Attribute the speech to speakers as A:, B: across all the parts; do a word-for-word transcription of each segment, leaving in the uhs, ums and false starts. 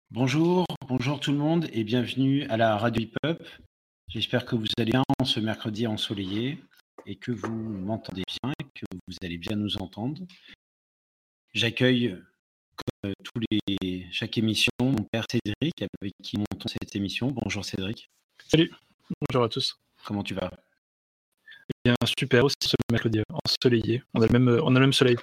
A: Bonjour, bonjour tout le monde et bienvenue à la radio hip-hop. J'espère que vous allez bien ce mercredi ensoleillé et que vous m'entendez bien et que vous allez bien nous entendre. J'accueille euh, tous les, chaque émission mon père Cédric avec qui nous montons cette émission. Bonjour Cédric.
B: Salut, bonjour à tous.
A: Comment tu vas?
B: Bien, super aussi ce mercredi ensoleillé. On a le même, on a le même soleil.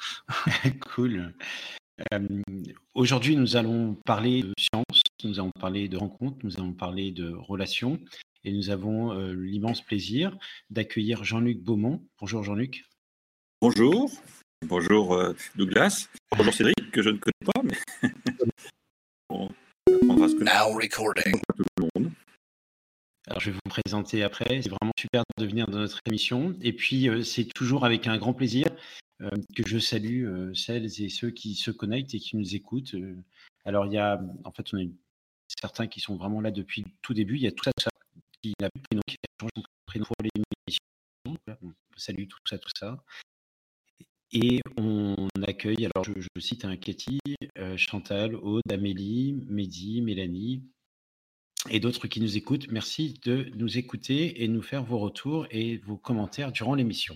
A: Cool. Euh, aujourd'hui, nous allons parler de science, nous allons parler de rencontres, nous allons parler de relations et nous avons euh, l'immense plaisir d'accueillir Jean-Luc Beaumont. Bonjour Jean-Luc.
C: Bonjour, bonjour euh, Douglas, bonjour Cédric, que je ne connais pas, mais on apprendra à se connaître.
D: Now recording.
C: Tout le monde.
A: Alors, je vais vous présenter après. C'est vraiment super de venir dans notre émission. Et puis, euh, c'est toujours avec un grand plaisir euh, que je salue euh, celles et ceux qui se connectent et qui nous écoutent. Euh, alors, il y a, en fait, on a certains qui sont vraiment là depuis le tout début. Il y a tout ça, tout ça qui n'a plus de prénom, qui a changé son prénom pour l'émission. Voilà, on salue tout ça, tout ça. Et on accueille, alors je, je cite un Cathy, euh, Chantal, Aude, Amélie, Mehdi, Mélanie, et d'autres qui nous écoutent. Merci de nous écouter et de nous faire vos retours et vos commentaires durant l'émission.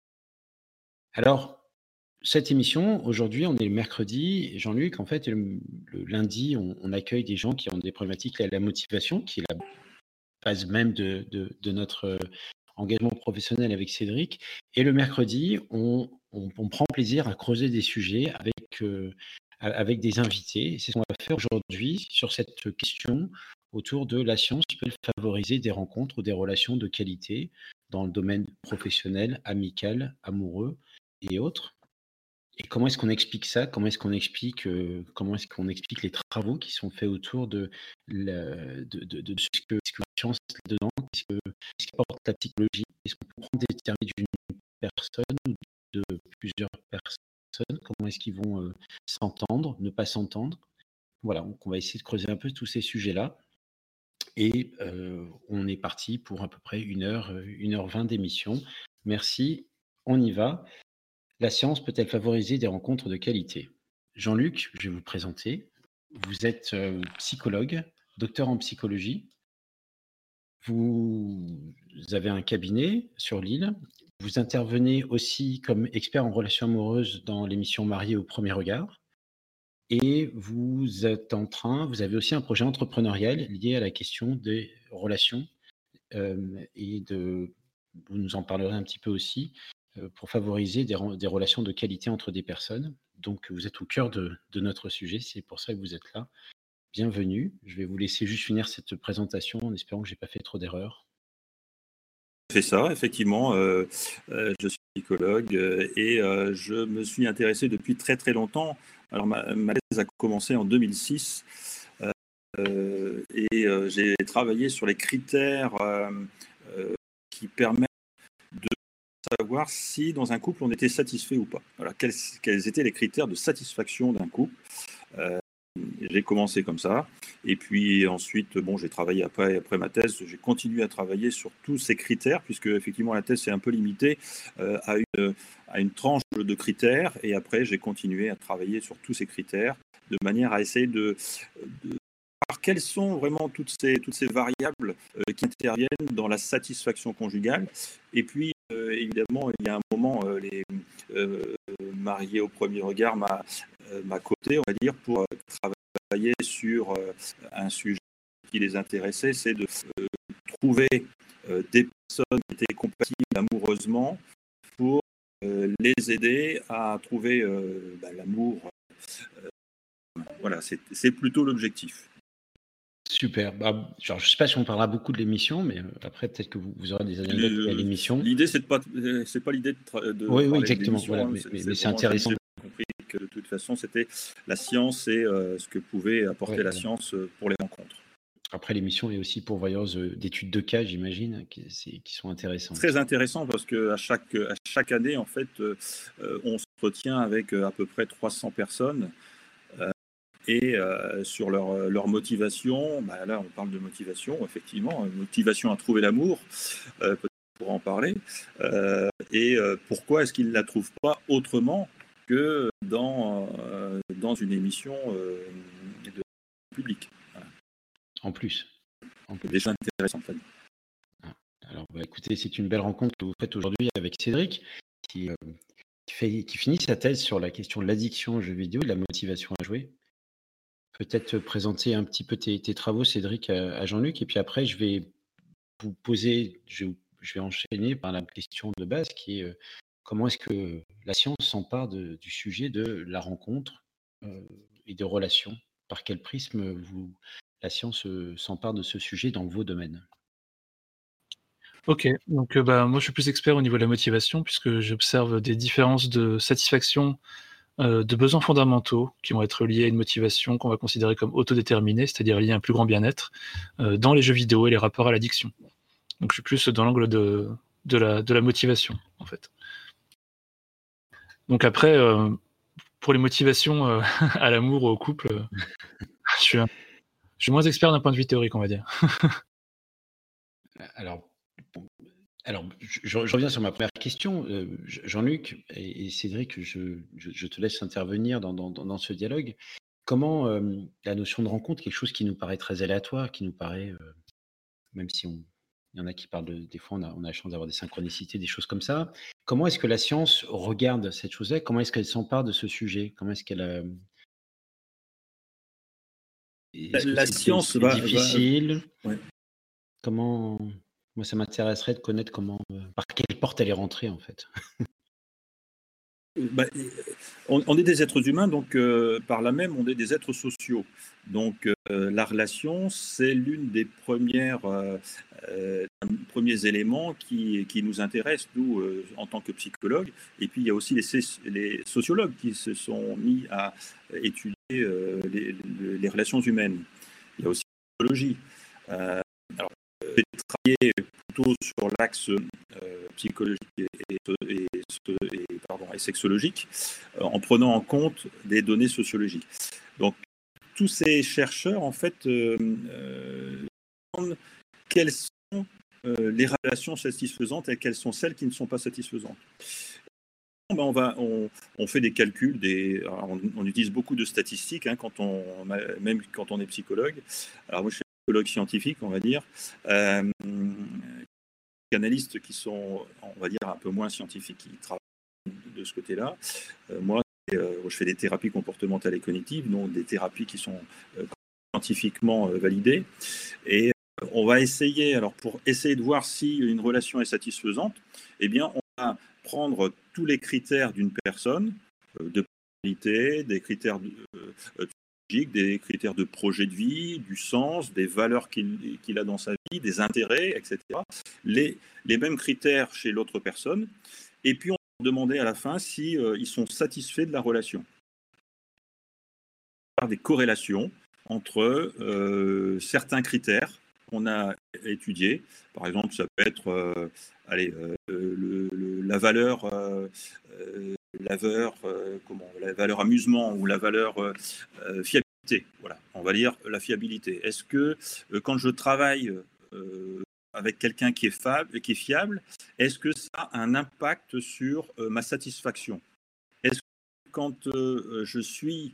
A: Alors, cette émission, aujourd'hui, on est le mercredi. Et Jean-Luc, en fait, le, le lundi, on, on accueille des gens qui ont des problématiques à la motivation, qui est la base même de, de, de notre engagement professionnel avec Cédric. Et le mercredi, on, on, on prend plaisir à creuser des sujets avec, euh, avec des invités. C'est ce qu'on va faire aujourd'hui sur cette question autour de la science qui peut favoriser des rencontres ou des relations de qualité dans le domaine professionnel, amical, amoureux et autres. Et comment est-ce qu'on explique ça? Comment est-ce qu'on explique, euh, comment est-ce qu'on explique les travaux qui sont faits autour de, la, de, de, de ce, que, ce que la science est dedans? Qu'est-ce que, qu'est-ce qu'apporte la psychologie? Est-ce qu'on peut prendre des termes d'une personne ou de plusieurs personnes? Comment est-ce qu'ils vont euh, s'entendre, ne pas s'entendre? Voilà, donc on va essayer de creuser un peu tous ces sujets-là. Et euh, on est parti pour à peu près une heure, une heure vingt d'émission. Merci, on y va. La science peut-elle favoriser des rencontres de qualité? Jean-Luc, je vais vous présenter. Vous êtes euh, psychologue, docteur en psychologie. Vous avez un cabinet sur Lille. Vous intervenez aussi comme expert en relations amoureuses dans l'émission Mariés au premier regard. Et vous êtes en train, vous avez aussi un projet entrepreneurial lié à la question des relations euh, et de, vous nous en parlerez un petit peu aussi, euh, pour favoriser des, des relations de qualité entre des personnes. Donc vous êtes au cœur de, de notre sujet, c'est pour ça que vous êtes là. Bienvenue. Je vais vous laisser juste finir cette présentation en espérant que je n'ai pas fait trop d'erreurs.
C: C'est ça, effectivement. Euh, euh, je suis psychologue euh, et euh, je me suis intéressé depuis très très longtemps. Alors ma, ma thèse a commencé en deux mille six euh, et euh, j'ai travaillé sur les critères euh, euh, qui permettent de savoir si dans un couple on était satisfait ou pas. Voilà, quels, quels étaient les critères de satisfaction d'un couple. Euh, J'ai commencé comme ça, et puis ensuite, bon, j'ai travaillé après, après ma thèse, j'ai continué à travailler sur tous ces critères, puisque effectivement la thèse c'est un peu limité euh, à, une, à une tranche de critères, et après j'ai continué à travailler sur tous ces critères, de manière à essayer de, de voir quelles sont vraiment toutes ces, toutes ces variables euh, qui interviennent dans la satisfaction conjugale, et puis euh, évidemment, il y a un moment, euh, les euh, mariés au premier regard m'a euh, m'a coopté, on va dire, pour euh, travailler sur euh, un sujet qui les intéressait, c'est de euh, trouver euh, des personnes qui étaient compatibles amoureusement pour euh, les aider à trouver euh, bah, l'amour. Euh, voilà, c'est, c'est plutôt l'objectif.
A: Super. Bah, genre, je ne sais pas si on parlera beaucoup de l'émission, mais après, peut-être que vous, vous aurez des anecdotes à l'émission.
C: L'idée, c'est, de pas, c'est pas l'idée de, tra- de
A: oui,
C: parler
A: oui, exactement.
C: de l'émission.
A: Voilà,
C: hein,
A: mais
C: c'est,
A: mais,
C: c'est,
A: mais c'est intéressant.
C: J'ai compris que de toute façon, c'était la science et euh, ce que pouvait apporter ouais, la ouais. science pour les rencontres.
A: Après, l'émission est aussi pourvoyeuse d'études de cas, j'imagine, qui, c'est, qui sont intéressantes.
C: Très intéressant parce qu'à chaque, à chaque année, en fait, euh, on se retient avec à peu près trois cents personnes. Euh, et euh, sur leur, leur motivation, bah là, on parle de motivation, effectivement, motivation à trouver l'amour, euh, peut-être on pourra en parler. Euh, et euh, pourquoi est-ce qu'ils ne la trouvent pas autrement que dans, euh, dans une émission euh, de public. Voilà.
A: En plus. En
C: C'est
A: plus.
C: déjà intéressant. En fait.
A: Ah, Alors, bah, écoutez, c'est une belle rencontre que vous faites aujourd'hui avec Cédric, qui, euh, qui fait, qui finit sa thèse sur la question de l'addiction aux jeux vidéo, de la motivation à jouer. Peut-être te présenter un petit peu tes, tes travaux, Cédric, à, à Jean-Luc, et puis après, je vais vous poser, je, je vais enchaîner par la question de base, qui est euh, comment est-ce que la science s'empare de- du sujet de la rencontre euh, et de relations? Par quel prisme vous, la science euh, s'empare de ce sujet dans vos domaines?
B: OK, donc heu, bah, moi je suis plus expert au niveau de la motivation puisque j'observe des différences de satisfaction, heu, de besoins fondamentaux qui vont être liés à une motivation qu'on va considérer comme autodéterminée, c'est-à-dire liée à un plus grand bien-être, heu, dans les jeux vidéo et les rapports à l'addiction. Donc je suis plus dans l'angle de de la de la motivation, en fait. Donc après, heu, pour les motivations, heu, à l'amour ou au couple, heu, je suis un je suis moins expert d'un point de vue théorique, on va dire.
A: Alors, bon, alors je, je- je reviens sur ma première question. Euh, Je- Jean-Luc et, et Cédric, je, je- je te laisse intervenir dans, dans- dans- dans ce dialogue. Comment euh, la notion de rencontre, quelque chose qui nous paraît très aléatoire, qui nous paraît, euh, même si on, il y en a qui parlent de, des fois, on a, on a la chance d'avoir des synchronicités, des choses comme ça. Comment est-ce que la science regarde cette chose-là? Comment est-ce qu'elle s'empare de ce sujet? Comment est-ce qu'elle, euh,
C: La,
A: est-ce que
C: la
A: c'est c'est-
C: science
A: c'est
C: va, va
A: difficile?
C: ouais.
A: Comment, moi, ça m'intéresserait de connaître comment, euh, par quelle porte elle est rentrée, en fait.
C: Bah, on, on est des êtres humains, donc euh, par là même, on est des êtres sociaux. Donc euh, la relation, c'est l'une des premières, euh, euh, premiers éléments qui, qui nous intéressent, nous, euh, en tant que psychologues. Et puis il y a aussi les, les sociologues qui se sont mis à étudier euh, les, les, relations humaines. Il y a aussi la psychologie. Euh, alors, j'ai travaillé plutôt sur l'axe euh, psychologique et, et, et, pardon, et sexologique, euh, en prenant en compte des données sociologiques. Donc, tous ces chercheurs, en fait, euh, euh, demandent quelles sont euh, les relations satisfaisantes et quelles sont celles qui ne sont pas satisfaisantes. Ben on, va, on, on fait des calculs, des, on, on utilise beaucoup de statistiques hein, quand on, même quand on est psychologue. Alors moi, je suis psychologue scientifique, on va dire. Euh, analystes qui sont, on va dire, un peu moins scientifiques, qui travaillent de ce côté-là. Euh, moi, euh, je fais des thérapies comportementales et cognitives, donc des thérapies qui sont euh, scientifiquement euh, validées. Et euh, on va essayer, alors pour essayer de voir si une relation est satisfaisante, eh bien, on va prendre tous les critères d'une personne, euh, de personnalité, des critères de, euh, des critères de projet de vie, du sens, des valeurs qu'il qu'il a dans sa vie, des intérêts, et cetera. Les, les mêmes critères chez l'autre personne. Et puis, on va demander à la fin si euh, ils sont satisfaits de la relation. Par des corrélations entre euh, certains critères qu'on a étudiés. Par exemple, ça peut être euh, allez, euh, le, le, la valeur, euh, la valeur, euh, comment, la valeur amusement ou la valeur euh, fiabilité. Voilà, on va dire la fiabilité. Est-ce que euh, quand je travaille euh, avec quelqu'un qui est fiable, qui est fiable, est-ce que ça a un impact sur euh, ma satisfaction? Est-ce que quand euh, je suis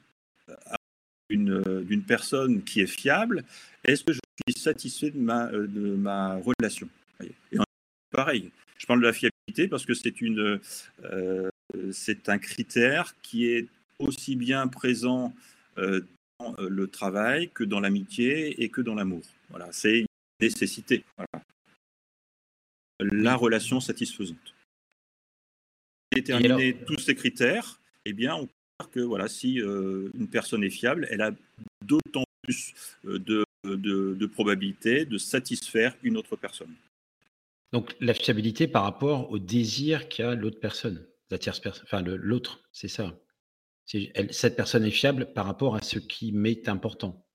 C: d'une personne qui est fiable, est-ce que je suis satisfait de ma, de ma relation? Et pareil, je parle de la fiabilité parce que c'est une, euh, c'est un critère qui est aussi bien présent euh, dans le travail que dans l'amitié et que dans l'amour. Voilà, c'est une nécessité. Voilà. La
A: Oui.
C: relation satisfaisante.
A: Et alors,
C: Déterminer tous ces critères, eh bien, on que voilà, si euh, une personne est fiable, elle a d'autant plus euh, de, de, de probabilité de satisfaire une autre personne.
A: donc la fiabilité par rapport au désir qu'a l'autre personne, la tierce personne, enfin le- l'autre, c'est ça. C'est- elle- cette personne est fiable par rapport à ce qui m'est important.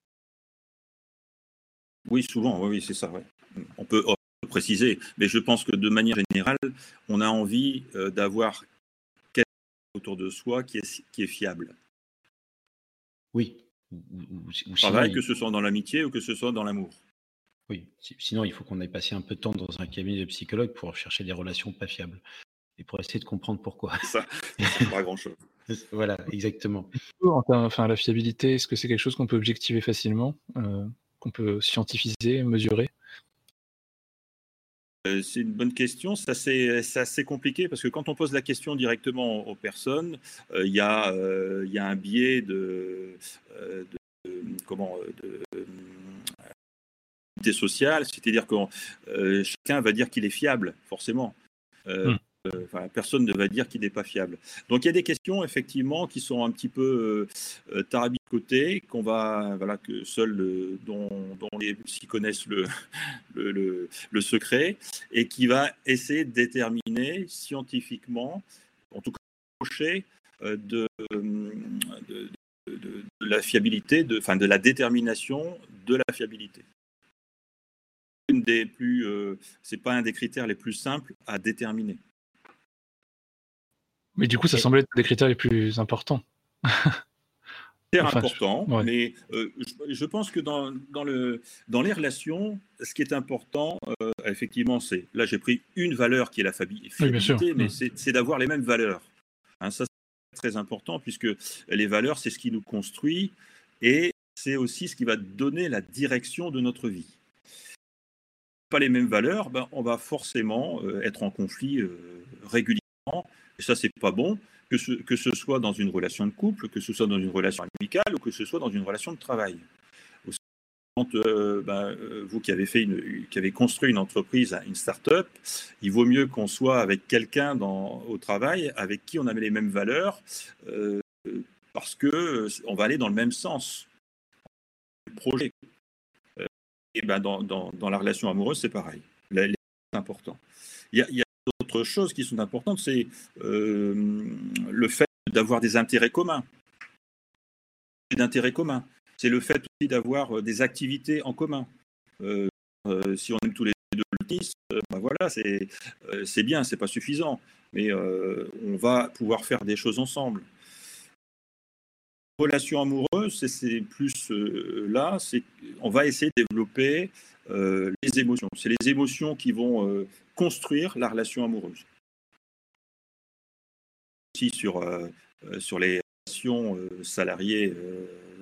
C: Oui, souvent, oui, oui c'est ça. Ouais. On peut oh, préciser, mais je pense que de manière générale, on a envie euh, d'avoir quelqu'un autour de soi qui est, qui est fiable.
A: Oui. Ou, ou- ou sinon,
C: Travail, que
A: il,
C: ce soit dans l'amitié ou que ce soit dans l'amour.
A: oui. Si- Sinon, il faut qu'on ait passé un peu de temps dans un cabinet de psychologue pour chercher des relations pas fiables. et pour essayer de comprendre pourquoi.
C: Ça, ça sert pas à grand-chose.
A: Voilà, exactement.
B: Enfin, la fiabilité, est-ce que c'est quelque chose qu'on peut objectiver facilement, euh, qu'on peut scientifiser, mesurer?
C: Euh, c'est une bonne question. Ça, c'est, c'est assez compliqué parce que quand on pose la question directement aux personnes, euh, il y a, euh, il y a un biais de, euh, de, de- comment, de, de sociale, c'est-à-dire que euh, chacun va dire qu'il est fiable, forcément. Euh,
B: Hmm.
C: Enfin, personne ne va dire qu'il n'est pas fiable. Donc il y a des questions effectivement qui sont un petit peu euh, tarabicotées, qu'on va, voilà, que seuls euh, dont, dont les s'y connaissent le, le, le, le secret, et qui va essayer de déterminer scientifiquement, en tout cas, approcher, euh, de, de, de, de, de la fiabilité, de, enfin de la détermination de la fiabilité. Une des plus, euh, c'est pas un des critères les plus simples à déterminer.
B: Mais du coup, ça
A: Et-
B: semble être des critères les plus importants.
C: C'est
B: Enfin, je-
C: important,
B: ouais.
C: mais euh, je, je pense que dans, dans, le, dans les relations, ce qui est important, euh, effectivement, c'est, là j'ai pris une valeur qui est la fabi-
B: Oui, bien sûr.
C: fiabilité, mais
B: Hmm.
C: c'est, c'est d'avoir les mêmes valeurs. Hein, ça, c'est très important, puisque les valeurs, c'est ce qui nous construit, et c'est aussi ce qui va donner la direction de notre vie. Pas les mêmes valeurs, ben, on va forcément euh, être en conflit euh, régulièrement, et ça, c'est pas bon. Que ce, que ce soit dans une relation de couple, que ce soit dans une relation amicale ou que ce soit dans une relation de travail. Aussi, quand, euh, ben, euh, vous qui avez, fait une, qui avez construit une entreprise, une start-up, il vaut mieux qu'on soit avec quelqu'un dans, au travail avec qui on a les mêmes valeurs, euh, parce qu'on va aller dans le même sens. Le projet. Euh, et ben dans, dans, dans la relation amoureuse, c'est pareil. Là, c'est important. Il y a, il y a d'autres choses qui sont importantes, c'est euh, le fait d'avoir des intérêts communs. D'intérêts communs. C'est le fait aussi d'avoir des activités en commun. Euh, euh, si on aime tous les deux le tennis, euh, ben voilà, c'est, euh, c'est bien, c'est pas suffisant, mais euh, on va pouvoir faire des choses ensemble. Relation amoureuse, c'est, c'est plus euh, là, c'est on va essayer de développer euh, les émotions. C'est les émotions qui vont euh, construire la relation amoureuse. Aussi sur, euh, euh, sur les relations euh, salariées euh,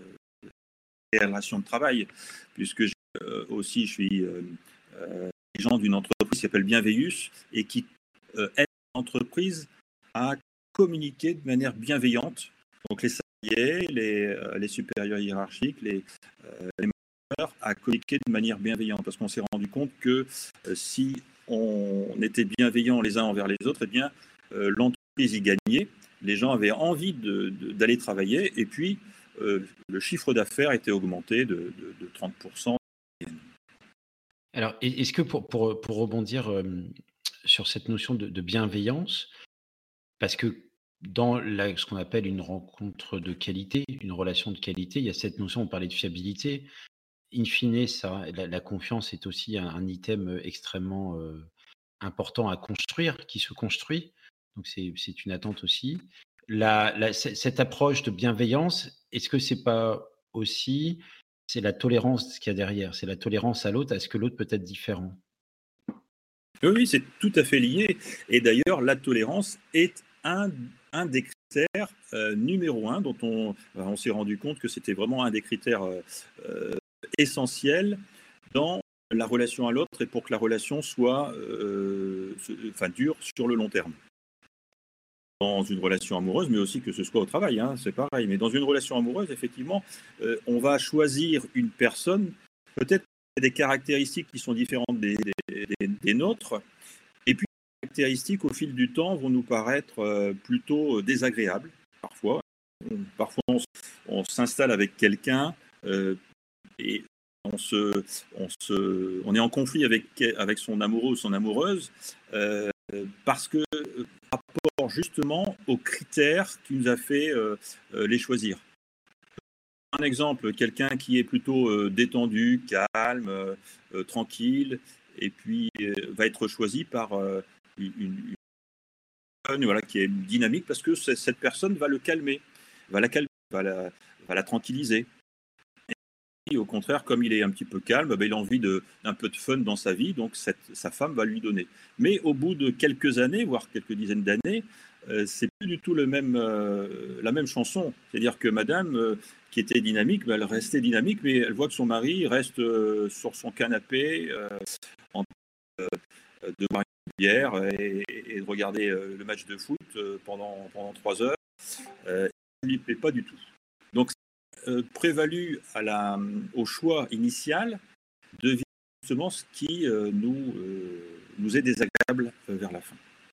C: et les relations de travail, puisque euh, aussi je suis euh, euh, dirigeant d'une entreprise qui s'appelle Bienveillus et qui euh, aide l'entreprise à communiquer de manière bienveillante. Donc les salariés, les, euh, les supérieurs hiérarchiques, les, euh, les managers, à communiquer de manière bienveillante, parce qu'on s'est rendu compte que euh, si on était bienveillant les uns envers les autres, eh bien euh, l'entreprise y gagnait, les gens avaient envie de, de, d'aller travailler, et puis euh, le chiffre d'affaires était augmenté de, de, de trente pour cent.
A: Alors, est- est-ce que pour, pour, pour rebondir euh, sur cette notion de, de bienveillance, parce que dans la- ce qu'on appelle une rencontre de qualité, une relation de qualité, il y a cette notion, on parlait de fiabilité. In fine, ça, la, la confiance est aussi un, un item extrêmement euh, important à construire, qui se construit. Donc, c'est c'est une attente aussi. La, la- c- cette approche de bienveillance, est-ce que c'est pas aussi, c'est la tolérance qu'il y a derrière, c'est la tolérance à l'autre, à ce que l'autre peut être différent?
C: Oui, oui, c'est tout à fait lié. Et d'ailleurs, la tolérance est un, un des critères euh, numéro un dont on, on s'est rendu compte que c'était vraiment un des critères euh, euh, essentiels dans la relation à l'autre et pour que la relation soit euh, enfin, dure sur le long terme. Dans une relation amoureuse, mais aussi que ce soit au travail, hein, c'est pareil. Mais dans une relation amoureuse, effectivement, euh, on va choisir une personne, peut-être des caractéristiques qui sont différentes des, des, des, des nôtres, et puis les caractéristiques au fil du temps vont nous paraître euh, plutôt désagréables, parfois. On, parfois, on, on s'installe avec quelqu'un euh, et on, se, on, se, on est en conflit avec, avec son amoureux ou son amoureuse euh, parce que par rapport justement aux critères qui nous a fait euh, euh, les choisir. Un exemple, quelqu'un qui est plutôt euh, détendu, calme, euh, euh, tranquille, et puis euh, va être choisi par euh, une, une personne voilà, qui est dynamique parce que cette personne va le calmer, va la calmer, va la, va la tranquilliser. au contraire, comme il est un petit peu calme, ben, il a envie de, d'un peu de fun dans sa vie, donc cette, sa femme va lui donner. Mais au bout de quelques années, voire quelques dizaines d'années, euh, c'est plus du tout le même, euh, la même chanson. C'est-à-dire que madame, euh, qui était dynamique, ben, elle restait dynamique, mais elle voit que son mari reste euh, sur son canapé euh, en train euh, de boire une bière et, et de regarder euh, le match de foot euh, pendant, pendant trois heures. Euh, ça ne lui plaît pas du tout. Donc, Euh, prévalu à la, au choix initial devient justement ce qui euh, nous, euh, nous est désagréable euh, vers la fin.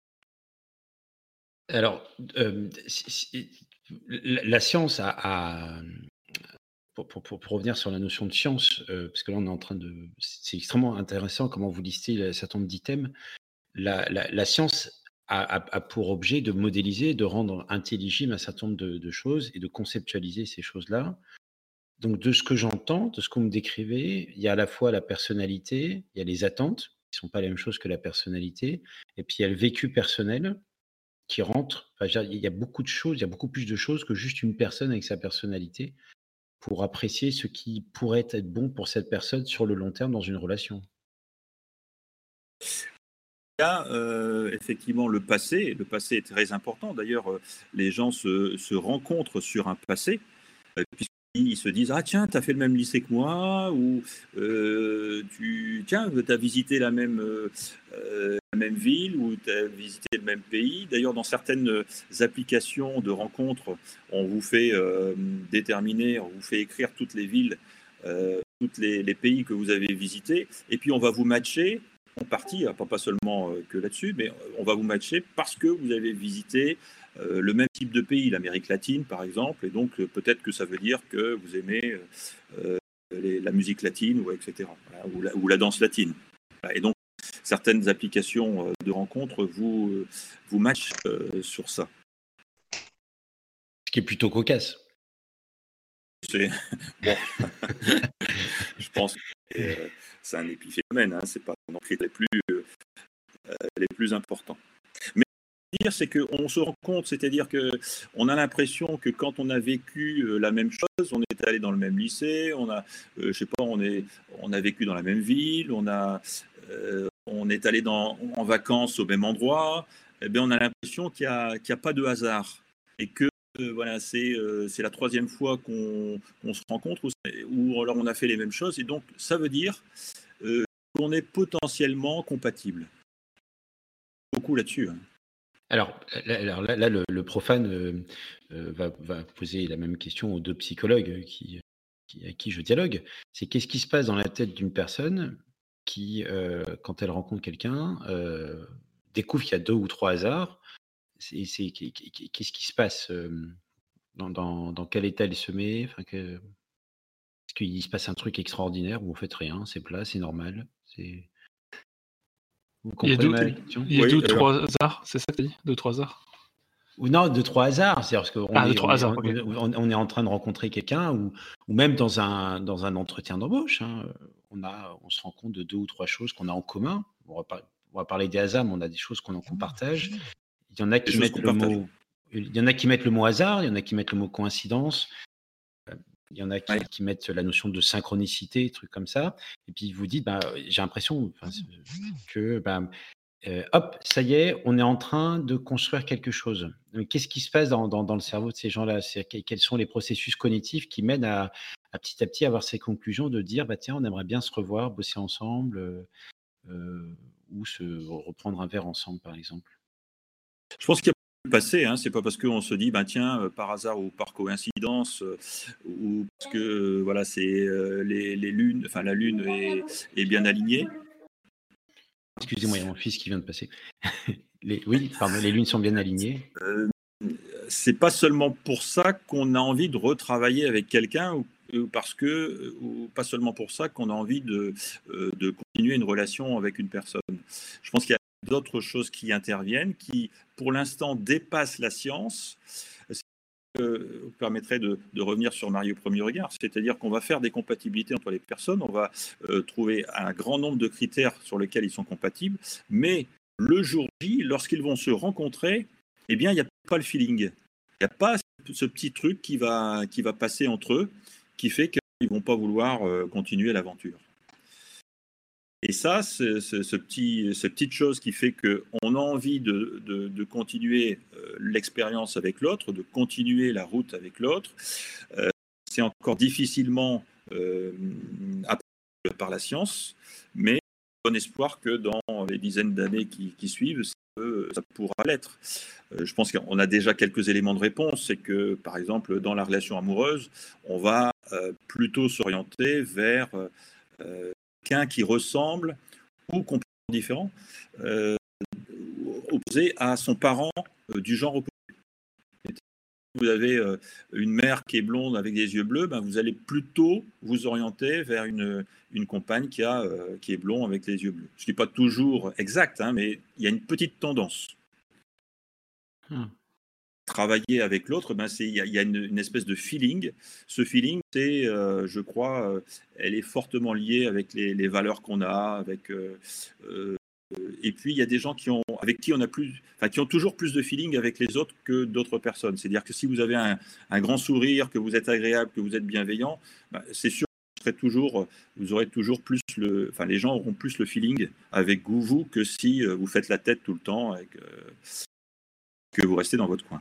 A: Alors, euh, si- si- la, la science a, a- pour, pour- pour- pour revenir sur la notion de science, euh, parce que là on est en train de, c'est extrêmement intéressant comment vous listez un certain nombre d'items. La, la- la science a, a- a pour objet de modéliser, de rendre intelligible un certain nombre de, de choses et de conceptualiser ces choses-là. Donc, de ce que j'entends, de ce que vous me décrivez, il y a à la fois la personnalité, il y a les attentes, qui ne sont pas la même chose que la personnalité, et puis il y a le vécu personnel qui rentre. Enfin, je veux dire, il y a beaucoup de choses, il y a beaucoup plus de choses que juste une personne avec sa personnalité pour apprécier ce qui pourrait être bon pour cette personne sur le long terme dans une relation.
C: Il y a euh, effectivement le passé. Le passé est très important. D'ailleurs, euh, les gens se, se rencontrent sur un passé, euh, puisqu'ils se disent « Ah tiens, tu as fait le même lycée que moi » ou euh, tu tiens, tu as visité la même, euh, la même ville ou tu as visité le même pays. D'ailleurs, dans certaines applications de rencontres, on vous fait euh, déterminer, on vous fait écrire toutes les villes, euh, tous les, les pays que vous avez visités, et puis on va vous matcher en partie, pas seulement que là-dessus, mais on va vous matcher parce que vous avez visité euh, le même type de pays, l'Amérique latine par exemple, et donc euh, peut-être que ça veut dire que vous aimez euh, les, la musique latine, ou et cetera, voilà, ou, la, ou la danse latine. Voilà, et donc certaines applications de rencontres vous, vous matchent euh, sur ça.
A: Ce qui est plutôt cocasse.
C: C'est bon. Je pense que c'est, euh, c'est un épiphénomène, hein, c'est pas non plus les plus, euh, les plus importants. Mais ce que je veux dire, c'est qu'on se rend compte, c'est-à-dire qu'on a l'impression que quand on a vécu euh, la même chose, on est allé dans le même lycée, on a, euh, je sais pas, on, est, on a vécu dans la même ville, on, a, euh, on est allé dans, en vacances au même endroit, eh bien, on a l'impression qu'il n'y a, qu'il y a pas de hasard et que Euh, voilà, c'est, euh, c'est la troisième fois qu'on, qu'on se rencontre ou, ou alors on a fait les mêmes choses. Et donc, ça veut dire euh, qu'on est potentiellement compatible. Beaucoup là-dessus. Hein.
A: Alors là, alors là, là le, le profane euh, euh, va, va poser la même question aux deux psychologues qui, qui, à qui je dialogue. C'est qu'est-ce qui se passe dans la tête d'une personne qui, euh, quand elle rencontre quelqu'un, euh, découvre qu'il y a deux ou trois hasards. C'est, c'est, qu'est-ce qui se passe euh, dans, dans, dans quel état elle se met, enfin, que, est-ce qu'il se passe un truc extraordinaire ou en fait rien, c'est plat, c'est normal, c'est... Vous
B: Il y a
A: comprenez
B: deux,
A: ma question?
B: il y a
C: Oui,
B: deux,
C: alors,
B: trois hasards, c'est ça que tu as dit? Deux, trois hasards?
A: Ou non, deux, trois hasards. C'est-à-dire qu'on
B: Ah, deux,
A: est, on
B: trois
A: est,
B: hasards,
A: on,
B: ok.
A: on- on est en train de rencontrer quelqu'un ou, ou même dans un, dans un entretien d'embauche. Hein, on, a, on se rend compte de deux ou trois choses qu'on a en commun. On va, par- on va parler des hasards, mais on a des choses qu'on qu'on partage. Il y en a
C: des
A: qui
C: choses
A: mettent
C: qu'on
A: le
C: partage.
A: mot, il y en a qui mettent le mot hasard, il y en a qui mettent le mot coïncidence. Il y en a qui,
C: Ouais.
A: qui mettent la notion de synchronicité, trucs comme ça. Et puis vous dites, bah, j'ai l'impression enfin, que bah, euh, hop, ça y est, on est en train de construire quelque chose. Mais qu'est-ce qui se passe dans, dans, dans le cerveau de ces gens-là? C'est, quels sont les processus cognitifs qui mènent à, à petit à petit avoir ces conclusions de dire, bah, tiens, on aimerait bien se revoir, bosser ensemble, euh, euh, ou se reprendre un verre ensemble, par exemple.
C: Je pense qu'il y a le passé, hein, c'est pas parce qu'on se dit, ben tiens, euh, par hasard ou par coïncidence, euh, ou parce que euh, voilà, c'est euh, les, les lunes, enfin la lune est, est bien alignée.
A: Excusez-moi, il y a mon fils qui vient de passer. les, oui, pardon, les lunes sont bien alignées.
C: Euh, c'est pas seulement pour ça qu'on a envie de retravailler avec quelqu'un, ou, ou parce que, ou pas seulement pour ça qu'on a envie de, euh, de continuer une relation avec une personne. Je pense qu'il y a d'autres choses qui interviennent, qui pour l'instant dépassent la science. Ce qui euh, permettrait de, de revenir sur Marie au premier regard, c'est-à-dire qu'on va faire des compatibilités entre les personnes, on va euh, trouver un grand nombre de critères sur lesquels ils sont compatibles, mais le jour J, lorsqu'ils vont se rencontrer, eh bien, il n'y a pas le feeling. Il n'y a pas ce petit truc qui va, qui va passer entre eux, qui fait que ils ne vont pas vouloir euh, continuer l'aventure. Et ça, c'est, c'est, ce petit, cette petite chose qui fait qu'on a envie de, de, de continuer euh, l'expérience avec l'autre, de continuer la route avec l'autre. Euh, c'est encore difficilement euh, appris par la science, mais bon espoir que dans les dizaines d'années qui, qui suivent, ça, peut, ça pourra l'être. Euh, je pense qu'on a déjà quelques éléments de réponse. C'est que, par exemple, dans la relation amoureuse, on va euh, plutôt s'orienter vers euh, quelqu'un qui ressemble ou complètement différent, euh, opposé à son parent euh, du genre opposé. Vous avez euh, une mère qui est blonde avec des yeux bleus, ben vous allez plutôt vous orienter vers une, une compagne qui, a, euh, qui est blonde avec les yeux bleus. Ce n'est pas toujours exact, hein, mais il y a une petite tendance. Hmm. Travailler avec l'autre, ben c'est, il y a, il y a une, une espèce de feeling. Ce feeling, c'est, euh, je crois, euh, elle est fortement liée avec les, les valeurs qu'on a, avec... Euh, euh, et puis il y a des gens qui ont, avec qui on a plus, enfin, qui ont toujours plus de feeling avec les autres que d'autres personnes. C'est-à-dire que si vous avez un, un grand sourire, que vous êtes agréable, que vous êtes bienveillant, ben, c'est sûr que vous serez toujours, vous aurez toujours plus le, enfin les gens auront plus le feeling avec vous, vous que si vous faites la tête tout le temps et que, que vous restez dans votre coin.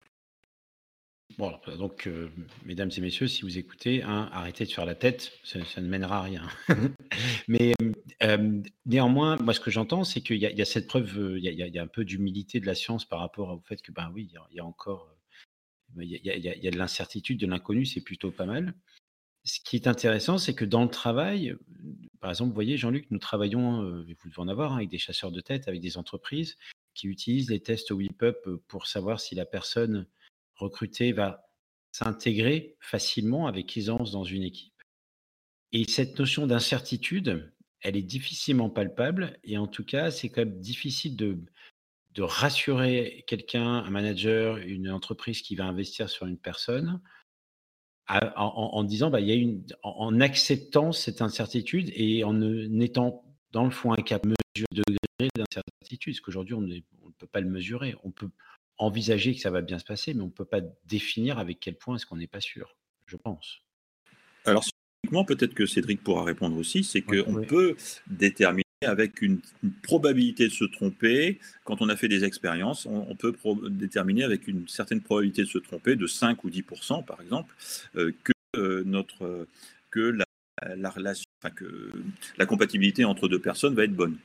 A: Bon, alors, donc, euh, mesdames et messieurs, si vous écoutez, hein, arrêtez de faire la tête, ça, ça ne mènera à rien. Mais euh, néanmoins, moi, ce que j'entends, c'est qu'il y, y a cette preuve, il y, y, y a un peu d'humilité de la science par rapport au fait que, ben oui, il y, y a encore, il y, y, y, y a de l'incertitude, de l'inconnu, c'est plutôt pas mal. Ce qui est intéressant, c'est que dans le travail, par exemple, vous voyez, Jean-Luc, nous travaillons, euh, vous devez en avoir, hein, avec des chasseurs de tête, avec des entreprises qui utilisent les tests WIP-UP pour savoir si la personne recrutée va s'intégrer facilement avec aisance dans une équipe. Et cette notion d'incertitude, elle est difficilement palpable et en tout cas, c'est quand même difficile de, de rassurer quelqu'un, un manager, une entreprise qui va investir sur une personne à, en, en disant, bah, il y a une, en, en acceptant cette incertitude et en ne, étant dans le fond incapable de mesurer le degré d'incertitude, parce qu'aujourd'hui, on, est, on ne peut pas le mesurer. On peut envisager que ça va bien se passer, mais on ne peut pas définir avec quel point est-ce qu'on n'est pas sûr, je pense.
C: Alors, peut-être que Cédric pourra répondre aussi, c'est qu'on oui, oui. peut déterminer avec une, une probabilité de se tromper, quand on a fait des expériences, on, on peut pro- déterminer avec une certaine probabilité de se tromper, de cinq ou dix pour cent par exemple, euh, que, euh, notre, euh, que, la, la relation, enfin, que la compatibilité entre deux personnes va être bonne.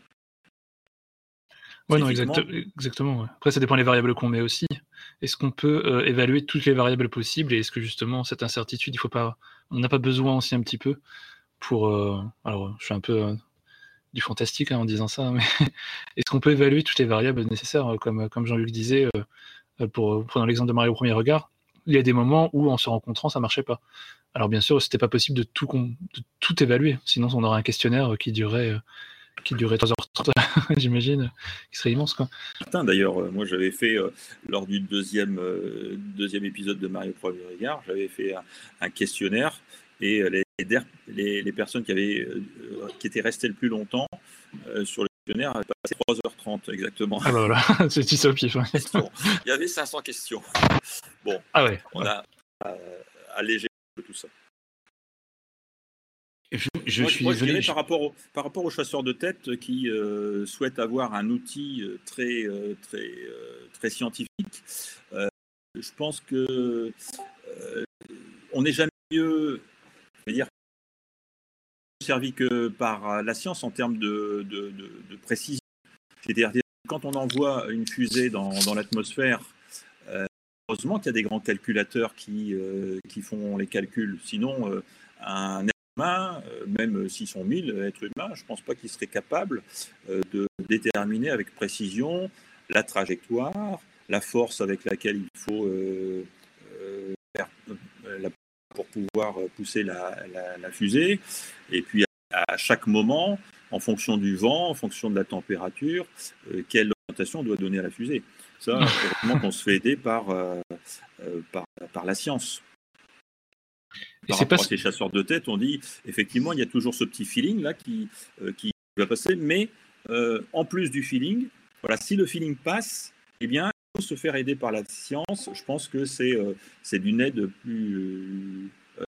B: Oui, non, exact, exactement. Ouais. Après, ça dépend des variables qu'on met aussi. Est-ce qu'on peut euh, évaluer toutes les variables possibles et est-ce que justement, cette incertitude, il faut pas, on n'a pas besoin aussi un petit peu pour... Euh, alors, je suis un peu euh, du fantastique hein, en disant ça, mais est-ce qu'on peut évaluer toutes les variables nécessaires, comme, comme Jean-Luc disait, euh, pour prenant l'exemple de Marie au premier regard, il y a des moments où, en se rencontrant, ça marchait pas. Alors, bien sûr, c'était pas possible de tout, de tout évaluer, sinon on aurait un questionnaire qui durait... Euh, qui durait trois heures trente, j'imagine, qui serait immense, quoi.
C: D'ailleurs, euh, moi, j'avais fait, euh, lors du deuxième, euh, deuxième épisode de Marie au premier regard, j'avais fait un, un questionnaire, et euh, les, les, les personnes qui, avaient, euh, qui étaient restées le plus longtemps euh, sur le questionnaire avaient passé trois heures trente, exactement.
B: Ah bah voilà, c'est petit ça au pif.
C: Il y avait cinq cents questions. Bon,
B: ah ouais,
C: on
B: ouais.
C: a euh, allégé tout ça.
A: Je, je
C: moi,
A: suis
C: moi,
A: désolé.
C: Je dirais
A: je...
C: par, rapport au, par rapport aux chasseurs de tête qui euh, souhaitent avoir un outil très, euh, très, euh, très scientifique, euh, je pense que euh, on n'est jamais mieux, je veux dire, servi que par la science en termes de, de, de, de précision. C'est-à-dire quand on envoie une fusée dans, dans l'atmosphère, euh, heureusement qu'il y a des grands calculateurs qui, euh, qui font les calculs. Sinon, euh, un humain, même s'ils sont mille êtres humains, je ne pense pas qu'ils seraient capables de déterminer avec précision la trajectoire, la force avec laquelle il faut euh, euh, faire, euh, pour pouvoir pousser la, la, la fusée, et puis à, à chaque moment, en fonction du vent, en fonction de la température, euh, quelle orientation on doit donner à la fusée. Ça, heureusement qu'on se fait aider par, euh, par, par la science. Par rapport à ces chasseurs de tête, on dit effectivement il y a toujours ce petit feeling là qui, euh, qui va passer, mais euh, en plus du feeling, voilà, si le feeling passe, eh bien il faut se faire aider par la science. Je pense que c'est euh, c'est d'une aide plus, euh,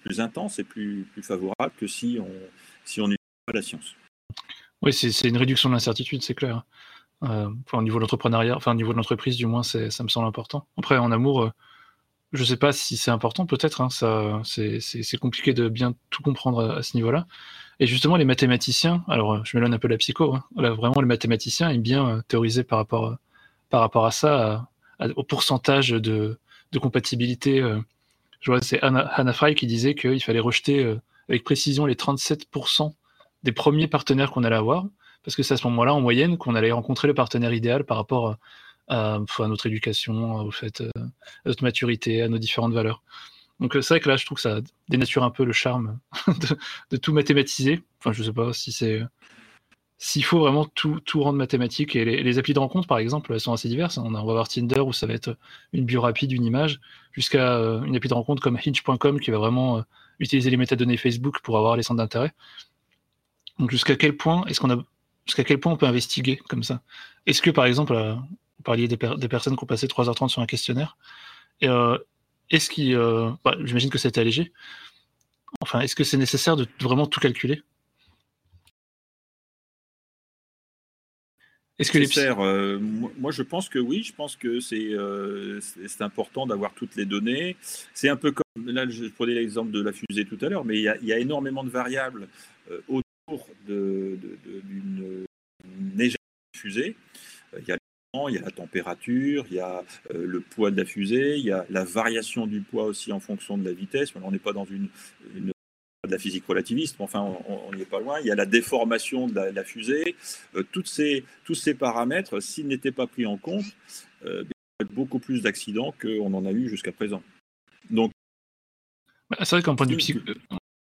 C: plus intense et plus, plus favorable que si on si on n'utilise pas la science.
B: Oui, c'est, c'est une réduction de l'incertitude, c'est clair. Euh, enfin, au niveau de l'entrepreneuriat, enfin au niveau de l'entreprise, du moins, c'est, ça me semble important. Après, en amour, euh, je sais pas si c'est important, peut-être. Hein, ça, c'est, c'est, c'est compliqué de bien tout comprendre à, à ce niveau-là. Et justement, les mathématiciens, alors euh, je m'éloigne un peu de la psycho, hein, là, vraiment, les mathématiciens aiment bien euh, théoriser par rapport, euh, par rapport à ça, à- à- au pourcentage de, de compatibilité. euh. Je vois, c'est Hannah, Hannah Fry qui disait qu'il fallait rejeter euh, avec précision les trente-sept pour cent des premiers partenaires qu'on allait avoir, parce que c'est à ce moment-là, en moyenne, qu'on allait rencontrer le partenaire idéal par rapport à, à, à notre éducation, au fait, euh, à notre maturité, à nos différentes valeurs. Donc euh, c'est vrai que là, je trouve que ça dénature un peu le charme de, de tout mathématiser. Enfin, je sais pas si c'est s'il faut vraiment tout, tout rendre mathématique. Et les, les applis de rencontre, par exemple, elles sont assez diverses. On, a, on va voir Tinder où ça va être une bio rapide, une image, jusqu'à euh, une appli de rencontre comme Hinge point com qui va vraiment euh, utiliser les métadonnées Facebook pour avoir les centres d'intérêt. Donc jusqu'à quel point est-ce qu'on a jusqu'à quel point on peut investiguer comme ça? Est-ce que par exemple, euh, vous parliez des, per- des personnes qui ont passé trois heures trente sur un questionnaire, et, euh, est-ce qu'il, euh, bah, j'imagine que c'est allégé. Enfin, est-ce que c'est nécessaire de vraiment tout calculer? Est-ce que les psy...
C: Nécessaire, euh, moi, moi, je pense que oui, je pense que c'est euh, c'est c'est important d'avoir toutes les données. C'est un peu comme, là je prenais l'exemple de la fusée tout à l'heure, mais il y a, il y a énormément de variables euh, autour de, de- de- d'une d'une éjection de fusée. Euh, Il y a le temps, il y a la température, il y a euh, le poids de la fusée, il y a la variation du poids aussi en fonction de la vitesse. On n'est pas dans une, une de la physique relativiste, mais enfin, on n'y est pas loin. Il y a la déformation de la, la fusée. Euh, toutes ces, tous ces paramètres, s'ils n'étaient pas pris en compte, euh, il y aurait beaucoup plus d'accidents qu'on en a eu jusqu'à présent. Donc,
B: Bah, c'est vrai qu'en point de vue
C: j'estime
B: psy...
C: que,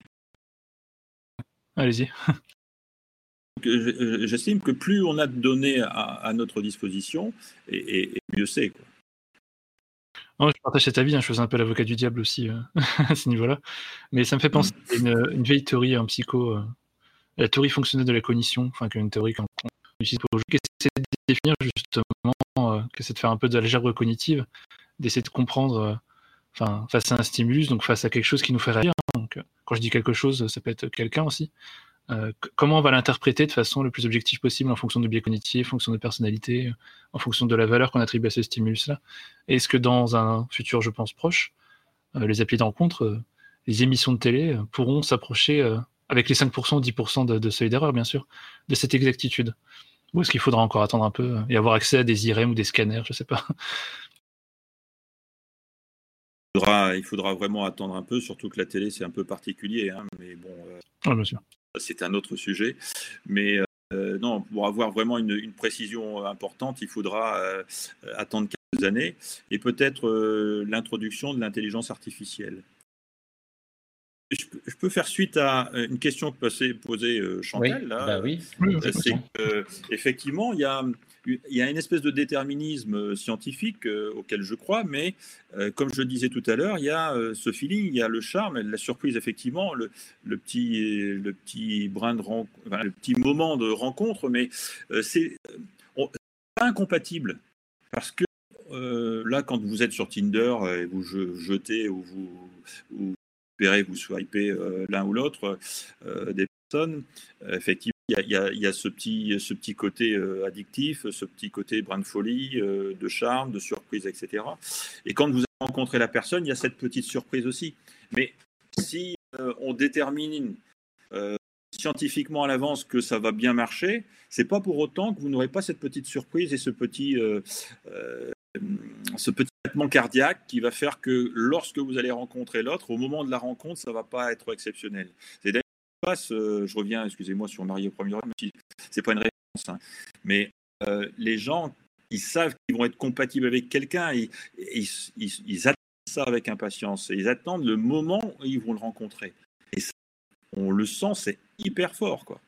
B: Allez-y.
C: que- j'estime que plus on a de données à, à notre disposition, et, et- et mieux c'est, quoi.
B: Non, je partage cet avis, hein, je faisais un peu l'avocat du diable aussi euh, à ce niveau-là. Mais ça me fait
C: Mm.
B: penser à une, une vieille théorie en psycho, euh, la théorie fonctionnelle de la cognition, enfin, qui est une théorie qu'on qu'on utilise pour aujourd'hui, qui essaie de définir justement, euh, qui essaie de faire un peu de l'algèbre cognitive, d'essayer de comprendre, euh, enfin, face à un stimulus, donc face à quelque chose qui nous fait réagir. Donc, euh, quand je dis quelque chose, ça peut être quelqu'un aussi. Euh, c- comment on va l'interpréter de façon le plus objective possible en fonction de biais cognitifs, en fonction de personnalité, euh, en fonction de la valeur qu'on attribue à ce stimulus-là. Et est-ce que dans un futur, je pense, proche, euh, les applis de rencontre, euh, les émissions de télé euh, pourront s'approcher, euh, avec les cinq pour cent ou dix pour cent de, de seuil d'erreur, bien sûr, de cette exactitude? Ou est-ce qu'il faudra encore attendre un peu euh, et avoir accès à des I R M ou des scanners, je sais pas.
C: Il faudra, il faudra vraiment attendre un peu, surtout que la télé, c'est un peu particulier, hein, mais bon, euh,
B: Ah, bien sûr.
C: c'est un autre sujet. Mais euh, non, pour avoir vraiment une, une précision importante, il faudra euh, attendre quelques années et peut-être euh, l'introduction de l'intelligence artificielle. Je peux, je peux faire suite à une question que posait, posait euh,
A: Oui,
C: Chantal, là.
A: bah oui,
B: Oui,
C: Euh, c'est
A: effectivement.
C: qu'effectivement, il y a, il y a une espèce de déterminisme scientifique euh, auquel je crois, mais euh, comme je le disais tout à l'heure, il y a euh, ce feeling, il y a le charme, la surprise, effectivement, le, le petit, le petit brin de ren- enfin, le petit moment de rencontre, mais euh, c'est on- c'est pas incompatible parce que euh, là, quand vous êtes sur Tinder et vous je- jetez ou vous, ou espérez vous swipez euh, l'un ou l'autre euh, des personnes, euh, effectivement, il y a, il y a- il y a ce petit, ce petit côté euh, addictif, ce petit côté brin de folie, euh, de charme, de surprise, et cetera. Et quand vous avez rencontré la personne, il y a cette petite surprise aussi. Mais si euh, on détermine euh, scientifiquement à l'avance que ça va bien marcher, c'est pas pour autant que vous n'aurez pas cette petite surprise et ce petit, euh, euh, ce petit battement cardiaque qui va faire que lorsque vous allez rencontrer l'autre, au moment de la rencontre, ça va pas être exceptionnel. C'est d'ailleurs ce qui se passe, euh, je reviens, excusez-moi, sur Marié au premier ordre, même si c'est pas une réponse, hein, mais euh, les gens, ils savent qu'ils vont être compatibles avec quelqu'un, ils, ils, ils, ils attendent ça avec impatience, et ils attendent le moment où ils vont le rencontrer. Et ça, on le sent, c'est hyper fort, quoi.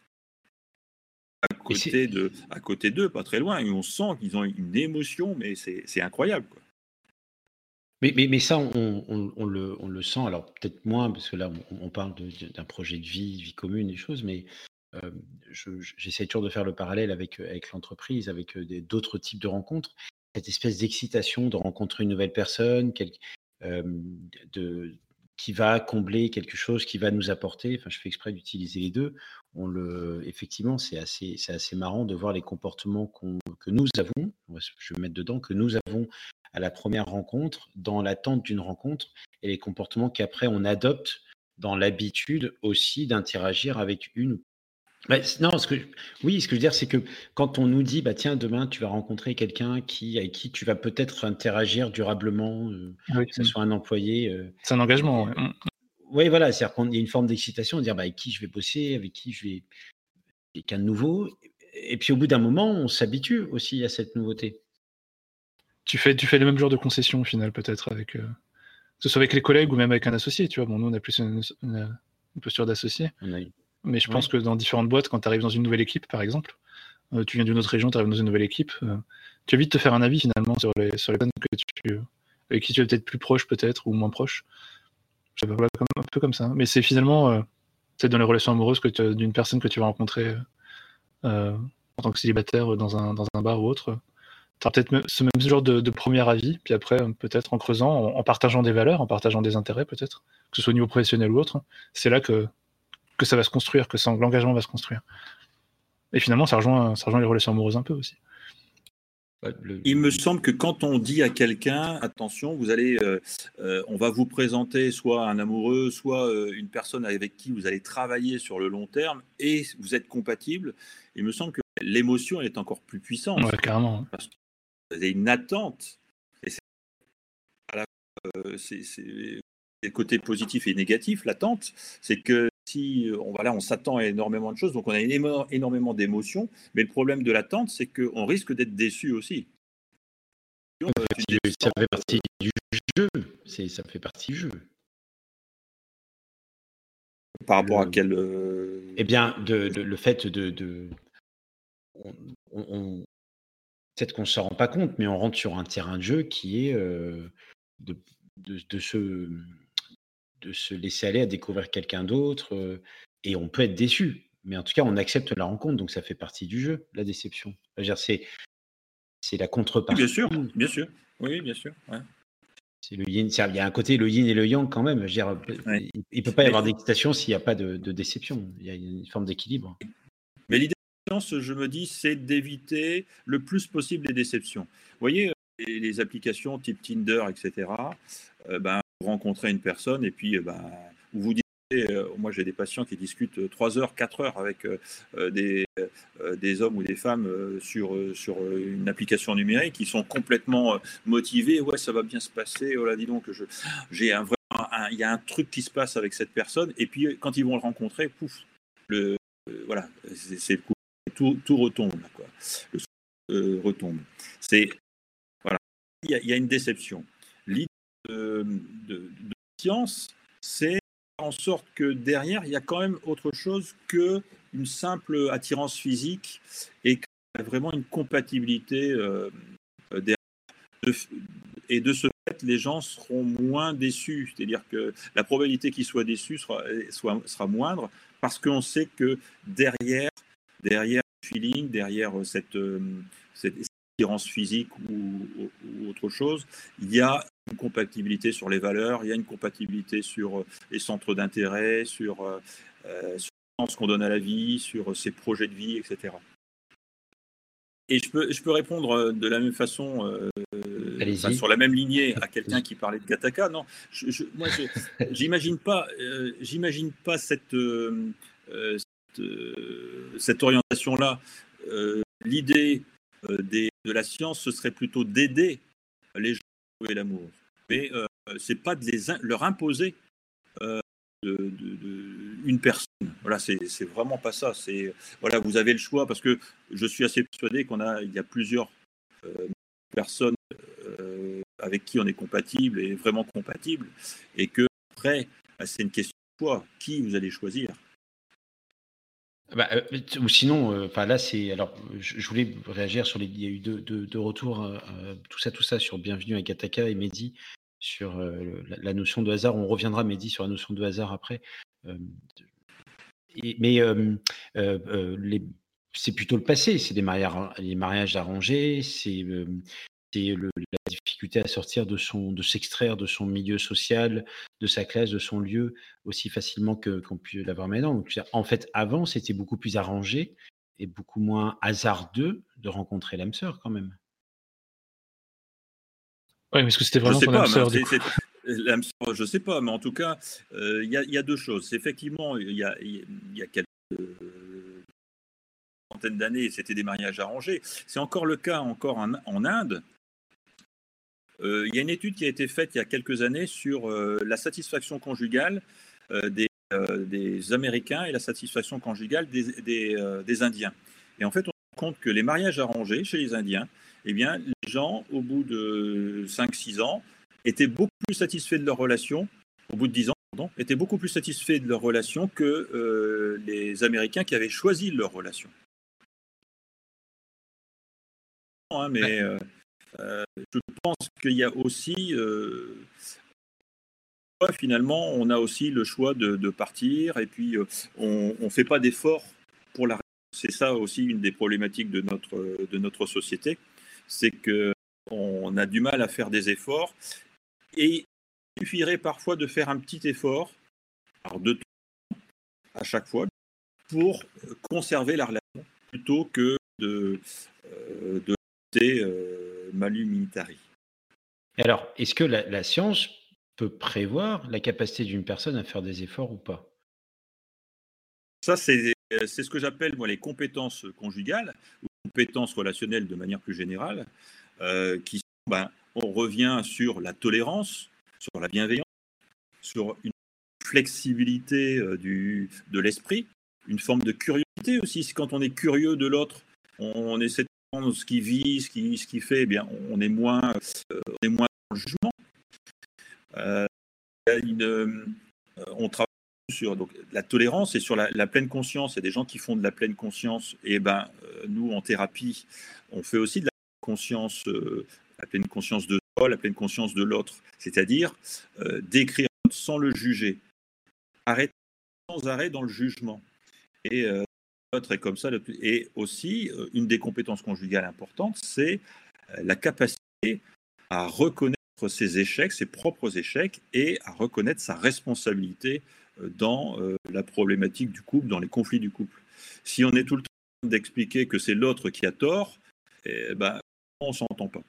C: À
A: Et c'est,
C: côté de, à côté d'eux, pas très loin, et on sent qu'ils ont une émotion, mais c'est, c'est incroyable, quoi.
A: mais, mais, mais ça, on, on- on le, on le sent, alors peut-être moins, parce que là, on, on parle de- de- d'un projet de vie, vie commune, des choses, mais euh, je- je- j'essaie toujours de faire le parallèle avec, euh, avec l'entreprise, avec euh, des- d'autres types de rencontres. Cette espèce d'excitation de rencontrer une nouvelle personne, quel- euh, de, qui va combler quelque chose, qui va nous apporter. Enfin, je fais exprès d'utiliser les deux. On le, effectivement, c'est assez, c'est assez marrant de voir les comportements qu'on, que nous avons, je vais mettre dedans, que nous avons à la première rencontre, dans l'attente d'une rencontre, et les comportements qu'après on adopte dans l'habitude aussi d'interagir avec une. Bah, non, ce que, oui, ce que je veux dire, c'est que quand on nous dit, bah, tiens, demain, tu vas rencontrer quelqu'un qui, avec qui tu vas peut-être interagir durablement, euh,
B: Oui,
A: que ce soit un employé. Euh,
B: c'est un engagement. Ouais.
A: oui, voilà, c'est-à-dire qu'il y a une forme d'excitation, de dire bah, avec qui je vais bosser, avec qui je vais. Quelqu'un de nouveau. Et puis au bout d'un moment, on s'habitue aussi à cette nouveauté.
B: Tu fais, tu fais le même genre de concession au final, peut-être, avec, euh, que ce soit avec les collègues ou même avec un associé. Tu vois, bon, nous, on a plus une, une, une posture d'associé.
A: Eu...
B: Mais je
A: ouais.
B: pense que dans différentes boîtes, quand tu arrives dans une nouvelle équipe, par exemple, euh, tu viens d'une autre région, tu arrives dans une nouvelle équipe, euh, tu vas vite te faire un avis finalement sur les, sur les personnes que tu, avec qui tu es peut-être plus proche, peut-être, ou moins proche. Je sais pas, comme, un peu comme ça. Mais c'est finalement, euh, c'est dans les relations amoureuses que tu, d'une personne que tu vas rencontrer euh, en tant que célibataire dans un, dans un bar ou autre. Tu as peut-être ce même genre de, de premier avis, puis après, peut-être en creusant, en, en partageant des valeurs, en partageant des intérêts, peut-être, que ce soit au niveau professionnel ou autre, c'est là que, que ça va se construire, que ça, l'engagement va se construire. Et finalement, ça rejoint, ça rejoint les relations amoureuses un peu aussi.
C: Il me semble que quand on dit à quelqu'un, attention, vous allez, euh, euh, on va vous présenter soit un amoureux, soit euh, une personne avec qui vous allez travailler sur le long terme et vous êtes compatible, il me semble que l'émotion elle est encore plus puissante.
B: Ouais, carrément.
C: Parce que vous avez une attente. Et c'est, voilà, euh, c'est, c'est le côté positif et négatif, l'attente, c'est que si on, voilà, on s'attend à énormément de choses, donc on a éno- énormément d'émotions, mais le problème de l'attente, c'est qu'on risque d'être déçu aussi.
A: Euh, ça fait partie du jeu. C'est, ça fait partie du jeu.
C: Par rapport le... à quel euh...
A: Eh bien, de, de, le fait de, de on, on, peut-être qu'on ne se rend pas compte, mais on rentre sur un terrain de jeu qui est euh, de, de, de se de se laisser aller à découvrir quelqu'un d'autre, euh, et on peut être déçu. Mais en tout cas, on accepte la rencontre, donc ça fait partie du jeu, la déception. C'est-à-dire, c'est, c'est la contrepartie.
C: Oui, bien sûr, bien sûr. Oui, bien sûr. Ouais.
A: C'est le yin, il y a un côté le yin et le yang quand même. Je veux dire, ouais. Il ne peut pas y mais, avoir d'excitation s'il n'y a pas de, de déception. Il y a une forme d'équilibre.
C: Mais l'idée, je me dis, c'est d'éviter le plus possible les déceptions. Vous voyez, les, les applications type Tinder, et cetera, euh, ben, vous rencontrez une personne et puis ben, vous vous dites, euh, moi j'ai des patients qui discutent trois heures, quatre heures avec euh, des, euh, des hommes ou des femmes euh, sur, euh, sur une application numérique qui sont complètement euh, motivés. Ouais, ça va bien se passer. Oh là, dis donc, je, j'ai un vrai, un, il y a un truc qui se passe avec cette personne. Et puis quand ils vont le rencontrer, pouf, le, euh, voilà, c'est, c'est le coup. Tout, tout retombe, quoi. Le euh, retombe. C'est voilà, il y, a, il y a une déception. L'idée de, de, de science, c'est en sorte que derrière, il y a quand même autre chose que une simple attirance physique et qu'il y a vraiment une compatibilité euh, derrière. De, et de ce fait, les gens seront moins déçus. C'est-à-dire que la probabilité qu'ils soient déçus sera, soit, sera moindre parce qu'on sait que derrière, derrière le feeling, derrière cette, cette attirance physique ou, ou autre chose, il y a une compatibilité sur les valeurs, il y a une compatibilité sur les centres d'intérêt, sur, euh, sur le sens qu'on donne à la vie, sur ses projets de vie, et cetera. Et je peux, je peux répondre de la même façon, euh, enfin, sur la même lignée, à quelqu'un qui parlait de Gattaca. Non, je, je, moi, je, j'imagine pas, euh, j'imagine pas cette, euh, cette, euh, cette orientation-là. Euh, l'idée euh, des, de la science, ce serait plutôt d'aider les gens à trouver l'amour. Mais euh, c'est pas de les, leur imposer euh, de, de, de, une personne. Voilà, c'est, c'est vraiment pas ça. C'est, voilà, vous avez le choix parce que je suis assez persuadé qu'on a, il y a plusieurs euh, personnes euh, avec qui on est compatible et vraiment compatible, et que après, c'est une question de choix. Qui vous allez choisir?
A: Bah, euh, ou sinon, enfin euh, là, c'est alors, je, je voulais réagir sur les. Il y a eu deux, deux, deux retours, euh, tout ça, tout ça sur Bienvenue à Gattaca et Mehdi sur euh, la, la notion de hasard. On reviendra, Mehdi, sur la notion de hasard après. Euh, et, mais euh, euh, les, c'est plutôt le passé. C'est des mariages, les mariages arrangés. C'est euh, c'est le la difficulté à sortir de son de s'extraire de son milieu social, de sa classe, de son lieu aussi facilement que qu'on peut l'avoir maintenant. Donc je veux dire, en fait, avant, c'était beaucoup plus arrangé et beaucoup moins hasardeux de rencontrer l'âme sœur quand même.
B: Ouais, mais est-ce que c'était
C: Je
B: vraiment
C: sais
B: ton âme
C: pas, mais
B: sœur, du
C: c'est
B: coup?
C: c'est l'âme sœur, je sais pas, mais en tout cas, heu, il y a il y a deux choses. C'est effectivement, il y a il y a quelques centaines d'années, c'était des mariages arrangés. C'est encore le cas encore en en Inde. Heu, il y a une étude qui a été faite il y a quelques années sur, heu, la satisfaction conjugale, heu, des, heu, des Américains et la satisfaction conjugale des des, heu, des Indiens. Et en fait, on se rend compte que les mariages arrangés chez les Indiens, eh bien, les gens, au bout de cinq six ans, étaient beaucoup plus satisfaits de leur relation, au bout de dix ans, pardon, étaient beaucoup plus satisfaits de leur relation que, heu, les Américains qui avaient choisi leur relation. Hein,
A: Ouais.
C: mais, heu heu, je pense qu'il y a aussi, heu finalement, on a aussi le choix de, de partir et puis euh, on ne fait pas d'efforts pour la. C'est ça aussi une des problématiques de notre, de notre société, c'est qu'on a du mal à faire des efforts et il suffirait parfois de faire un petit effort, alors de temps à chaque fois, pour conserver la relation plutôt que de, euh, de rester euh, Malus militari.
A: Et alors, est-ce que la la science peut prévoir la capacité d'une personne à faire des efforts ou pas?
C: Ça, c'est c'est ce que j'appelle moi les compétences conjugales ou compétences relationnelles de manière plus générale, euh, qui sont, ben, on revient sur la tolérance, sur la bienveillance, sur une flexibilité euh, du, de l'esprit, une forme de curiosité aussi. Quand on est curieux de l'autre, on, on essaie de comprendre ce qu'il vit, ce qu'il ce qu'il fait, eh bien, on est moins, euh, on est moins dans le jugement. Euh, il y a une, euh, on travaille sur donc, la tolérance et sur la, la pleine conscience. Il y a des gens qui font de la pleine conscience. Et ben, euh, nous, en thérapie, on fait aussi de la conscience, euh, la pleine conscience de soi, la pleine conscience de l'autre. C'est-à-dire euh, d'écrire sans le juger, arrêter sans arrêt dans le jugement. Et euh, l'autre est comme ça. Et aussi, euh, une des compétences conjugales importantes, c'est euh, la capacité à reconnaître ses échecs, ses propres échecs, et à reconnaître sa responsabilité dans euh, la problématique du couple, dans les conflits du couple. Si on est tout le temps d'expliquer que c'est l'autre qui a tort, eh ben, on ne s'entend pas.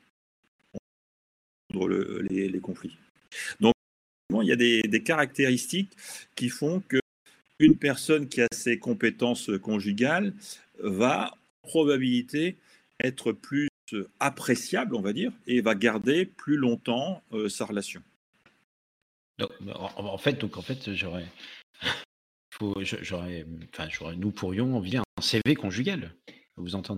C: On résoudre le, les, les conflits. Donc, il y a des, des caractéristiques qui font qu'une personne qui a ses compétences conjugales va, en probabilité, être plus appréciable, on va dire, et va garder plus longtemps euh, sa relation.
A: Donc, en, en fait, donc en fait, j'aurais, faut, j'aurais, enfin, j'aurais, nous pourrions envier un C V conjugal, à vous entendre.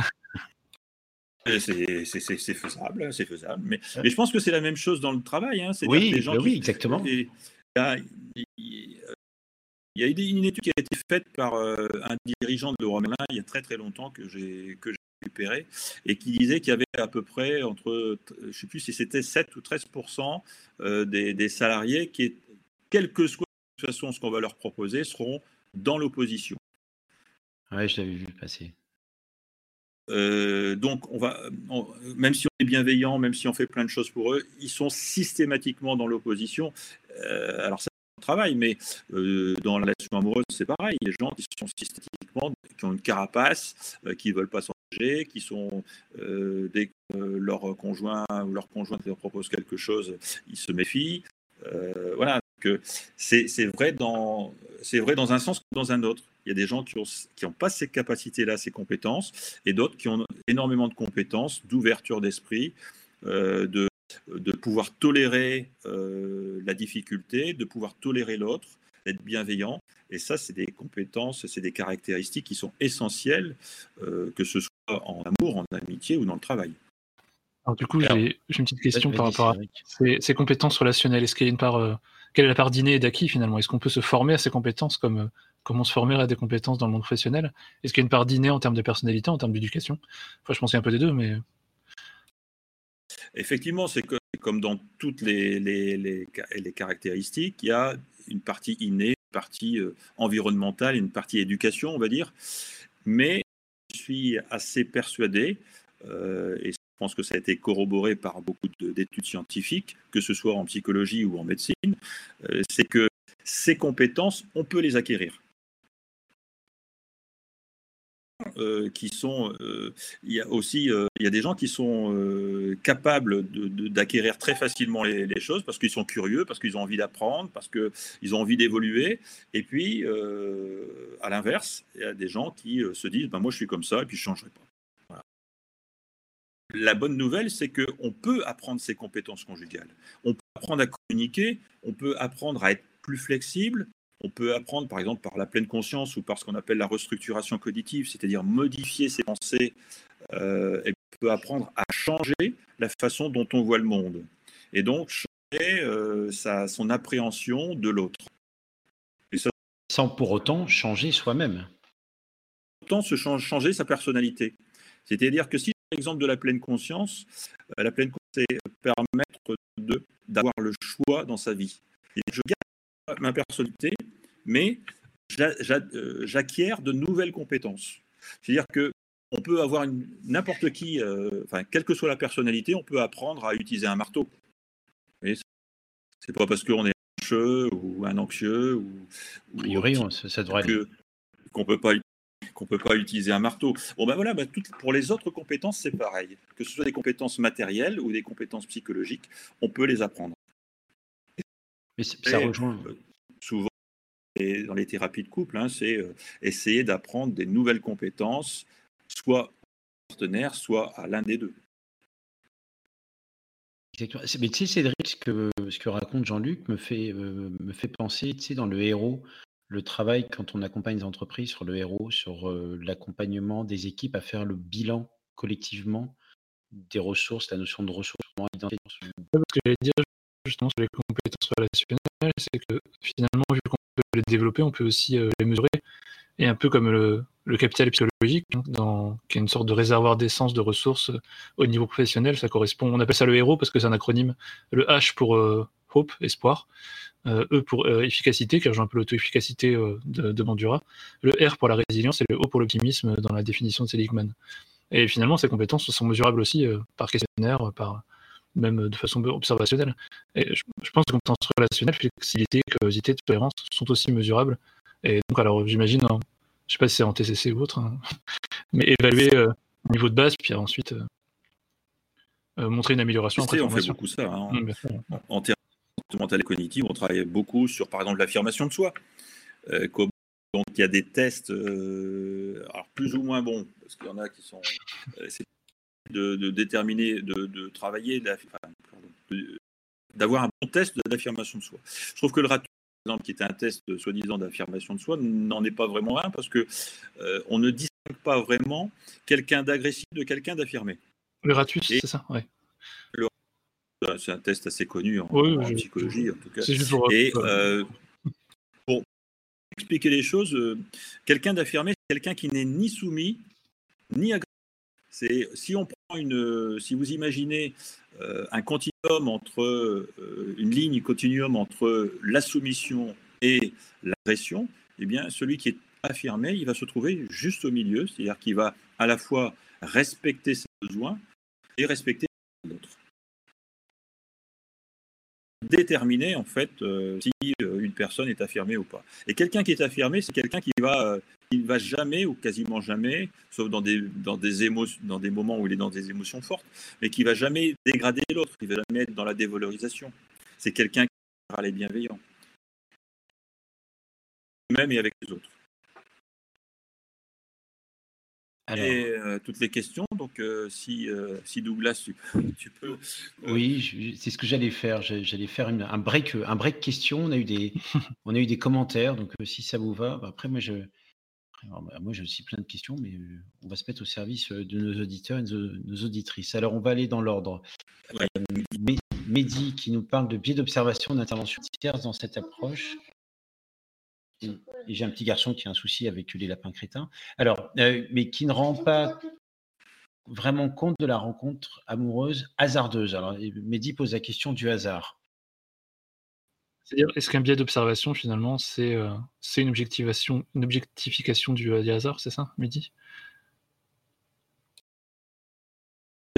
C: C'est, c'est, c'est, c'est faisable, c'est faisable. Mais, euh, mais je pense que c'est la même chose dans le travail. Hein. C'est-à-dire
A: oui,
C: que les gens
A: bah
C: qui,
A: oui, exactement.
C: Il y a, il y a une étude qui a été faite par euh, un dirigeant de Leroy Merlin il y a très très longtemps que j'ai que j'ai récupéré et qui disait qu'il y avait à peu près entre, je ne sais plus si c'était sept ou treize pour cent euh, des, des salariés qui, quelle que soit de toute façon ce qu'on va leur proposer, seront dans l'opposition.
A: Ouais, je l'avais vu passer.
C: Euh, donc, on va, on, même si on est bienveillant, même si on fait plein de choses pour eux, ils sont systématiquement dans l'opposition. Euh, alors, ça c'est un travail, mais euh, dans la relation amoureuse, c'est pareil. Il y a des gens qui sont systématiquement, qui ont une carapace, euh, qui ne veulent pas s'engager, qui sont, euh, dès que euh, leur conjoint ou leur conjointe leur propose quelque chose, ils se méfient. Euh, voilà. Donc, c'est, c'est vrai dans, c'est vrai dans un sens comme dans un autre. Il y a des gens qui n'ont qui ont pas ces capacités-là, ces compétences, et d'autres qui ont énormément de compétences, d'ouverture d'esprit, euh, de, de pouvoir tolérer euh, la difficulté, de pouvoir tolérer l'autre, d'être bienveillant. Et ça, c'est des compétences, c'est des caractéristiques qui sont essentielles, euh, que ce soit en amour, en amitié ou dans le travail.
B: Alors du coup, j'ai, j'ai une petite question par rapport à ces, ces compétences relationnelles. Est-ce qu'il y a une part, euh, quelle est la part d'inné et d'acquis finalement? Est-ce qu'on peut se former à ces compétences comme, euh, comme on se formerait à des compétences dans le monde professionnel? Est-ce qu'il y a une part d'inné en termes de personnalité, en termes d'éducation? Enfin, je pense qu'il y a un peu des deux, mais...
C: Effectivement, c'est que, comme dans toutes les, les, les, les caractéristiques, il y a une partie innée, une partie euh, environnementale, une partie éducation, on va dire. Mais je suis assez persuadé, euh, et pense que ça a été corroboré par beaucoup de, d'études scientifiques, que ce soit en psychologie ou en médecine, euh, c'est que ces compétences, on peut les acquérir. Euh, qui sont, euh, il y a aussi, euh, il y a des gens qui sont euh, capables de, de, d'acquérir très facilement les, les choses parce qu'ils sont curieux, parce qu'ils ont envie d'apprendre, parce qu'ils ont envie d'évoluer. Et puis, euh, à l'inverse, il y a des gens qui euh, se disent, ben, moi je suis comme ça et puis je ne changerai pas. Voilà. La bonne nouvelle, c'est qu'on peut apprendre ses compétences conjugales. On peut apprendre à communiquer, on peut apprendre à être plus flexible. On peut apprendre, par exemple, par la pleine conscience ou par ce qu'on appelle la restructuration cognitive, c'est-à-dire modifier ses pensées, euh, et on peut apprendre à changer la façon dont on voit le monde. Et donc, changer euh, sa, son appréhension de l'autre. Et ça,
A: sans pour autant changer soi-même.
C: Autant se change, changer sa personnalité. C'est-à-dire que si, par exemple, de la pleine conscience, euh, la pleine conscience, c'est permettre de, d'avoir le choix dans sa vie. Et je garde ma personnalité, mais j'acquiers de nouvelles compétences. C'est-à-dire qu'on peut avoir une, n'importe qui, euh, enfin, quelle que soit la personnalité, on peut apprendre à utiliser un marteau. Ce n'est pas parce qu'on est anxieux ou un anxieux ou,
A: a priori, ou ça, ça devrait
C: que, qu'on peut pas qu'on peut pas utiliser un marteau. Bon ben voilà, ben tout, pour les autres compétences, c'est pareil. Que ce soit des compétences matérielles ou des compétences psychologiques, on peut les apprendre.
A: Mais ça rejoint.
C: Euh, souvent, et dans les thérapies de couple, hein, c'est euh, essayer d'apprendre des nouvelles compétences, soit au partenaire, soit à l'un des deux.
A: Exactement. Mais tu sais, Cédric, ce que, ce que raconte Jean-Luc me fait, euh, me fait penser, tu sais, dans le héros, le travail quand on accompagne les entreprises sur le héros, sur euh, l'accompagnement des équipes à faire le bilan collectivement des ressources, la notion de ressources.
B: Ce que j'allais dire justement sur les compétences relationnelles, c'est que finalement, vu qu'on peut les développer, on peut aussi euh, les mesurer. Et un peu comme le, le capital psychologique, hein, dans, qui est une sorte de réservoir d'essence de ressources euh, au niveau professionnel, ça correspond. On appelle ça le héros parce que c'est un acronyme. Le H pour euh, hope, espoir. Euh, E pour euh, efficacité, qui rejoint un peu l'auto-efficacité euh, de, de Bandura. Le R pour la résilience et le O pour l'optimisme dans la définition de Seligman. Et finalement, ces compétences sont mesurables aussi euh, par questionnaire, par même de façon observationnelle. Et je, je pense que les compétences relationnelles, flexibilité, curiosité, tolérance sont aussi mesurables. Et donc, alors, j'imagine, hein, je ne sais pas si c'est en T C C ou autre, hein, mais évaluer euh, au niveau de base, puis ensuite euh, euh, montrer une amélioration après formation.
C: On fait beaucoup ça. Hein. Mmh, en, en termes mentale et cognitive, on travaille beaucoup sur, par exemple, l'affirmation de soi. Euh, comme, donc, il y a des tests, euh, alors plus ou moins bons, parce qu'il y en a qui sont... Euh, c'est de, de déterminer, de, de travailler, d'avoir un bon test d'affirmation de soi. Je trouve que le RATUS, par exemple, qui est un test soi-disant d'affirmation de soi, n'en est pas vraiment un, parce que euh, on ne distingue pas vraiment quelqu'un d'agressif de quelqu'un d'affirmé.
B: Le RATUS, c'est ça, ouais.
C: Le, c'est un test assez connu en,
B: oui,
C: en
B: je,
C: psychologie,
B: je,
C: en tout cas.
B: C'est juste pour...
C: Et euh, pour expliquer les choses, euh, quelqu'un d'affirmé, c'est quelqu'un qui n'est ni soumis, ni agressif. C'est, si on prend une, si vous imaginez euh, un continuum entre euh, une ligne continuum entre la soumission et l'agression, eh bien celui qui est affirmé, il va se trouver juste au milieu, c'est-à-dire qu'il va à la fois respecter ses besoins et respecter l'autre. Déterminer en fait euh, si euh, une personne est affirmée ou pas. Et quelqu'un qui est affirmé, c'est quelqu'un qui va euh, qui ne va jamais ou quasiment jamais, sauf dans des dans des émotions, dans des moments où il est dans des émotions fortes, mais qui va jamais dégrader l'autre, qui va jamais être dans la dévalorisation. C'est quelqu'un qui est bienveillant, même et avec les autres. Alors, et euh, toutes les questions, donc euh, si, euh, si Douglas, tu, tu peux...
A: Euh... Oui, je, c'est ce que j'allais faire. J'allais faire une, un, break, un break question. On a eu des, on a eu des commentaires, donc euh, si ça vous va. Bah, après, moi, je, alors, bah, moi, j'ai aussi plein de questions, mais euh, on va se mettre au service de nos auditeurs et de nos, nos auditrices. Alors, on va aller dans l'ordre. Ouais. Euh, Mehdi qui nous parle de biais d'observation d'intervention tierce dans cette approche. Et j'ai un petit garçon qui a un souci avec les lapins crétins. Alors, euh, mais qui ne rend pas vraiment compte de la rencontre amoureuse hasardeuse. Alors, Mehdi pose la question du hasard.
B: C'est-à-dire, est-ce qu'un biais d'observation, finalement, c'est euh, c'est une objectivation, une objectification du, du hasard, c'est ça, Mehdi ?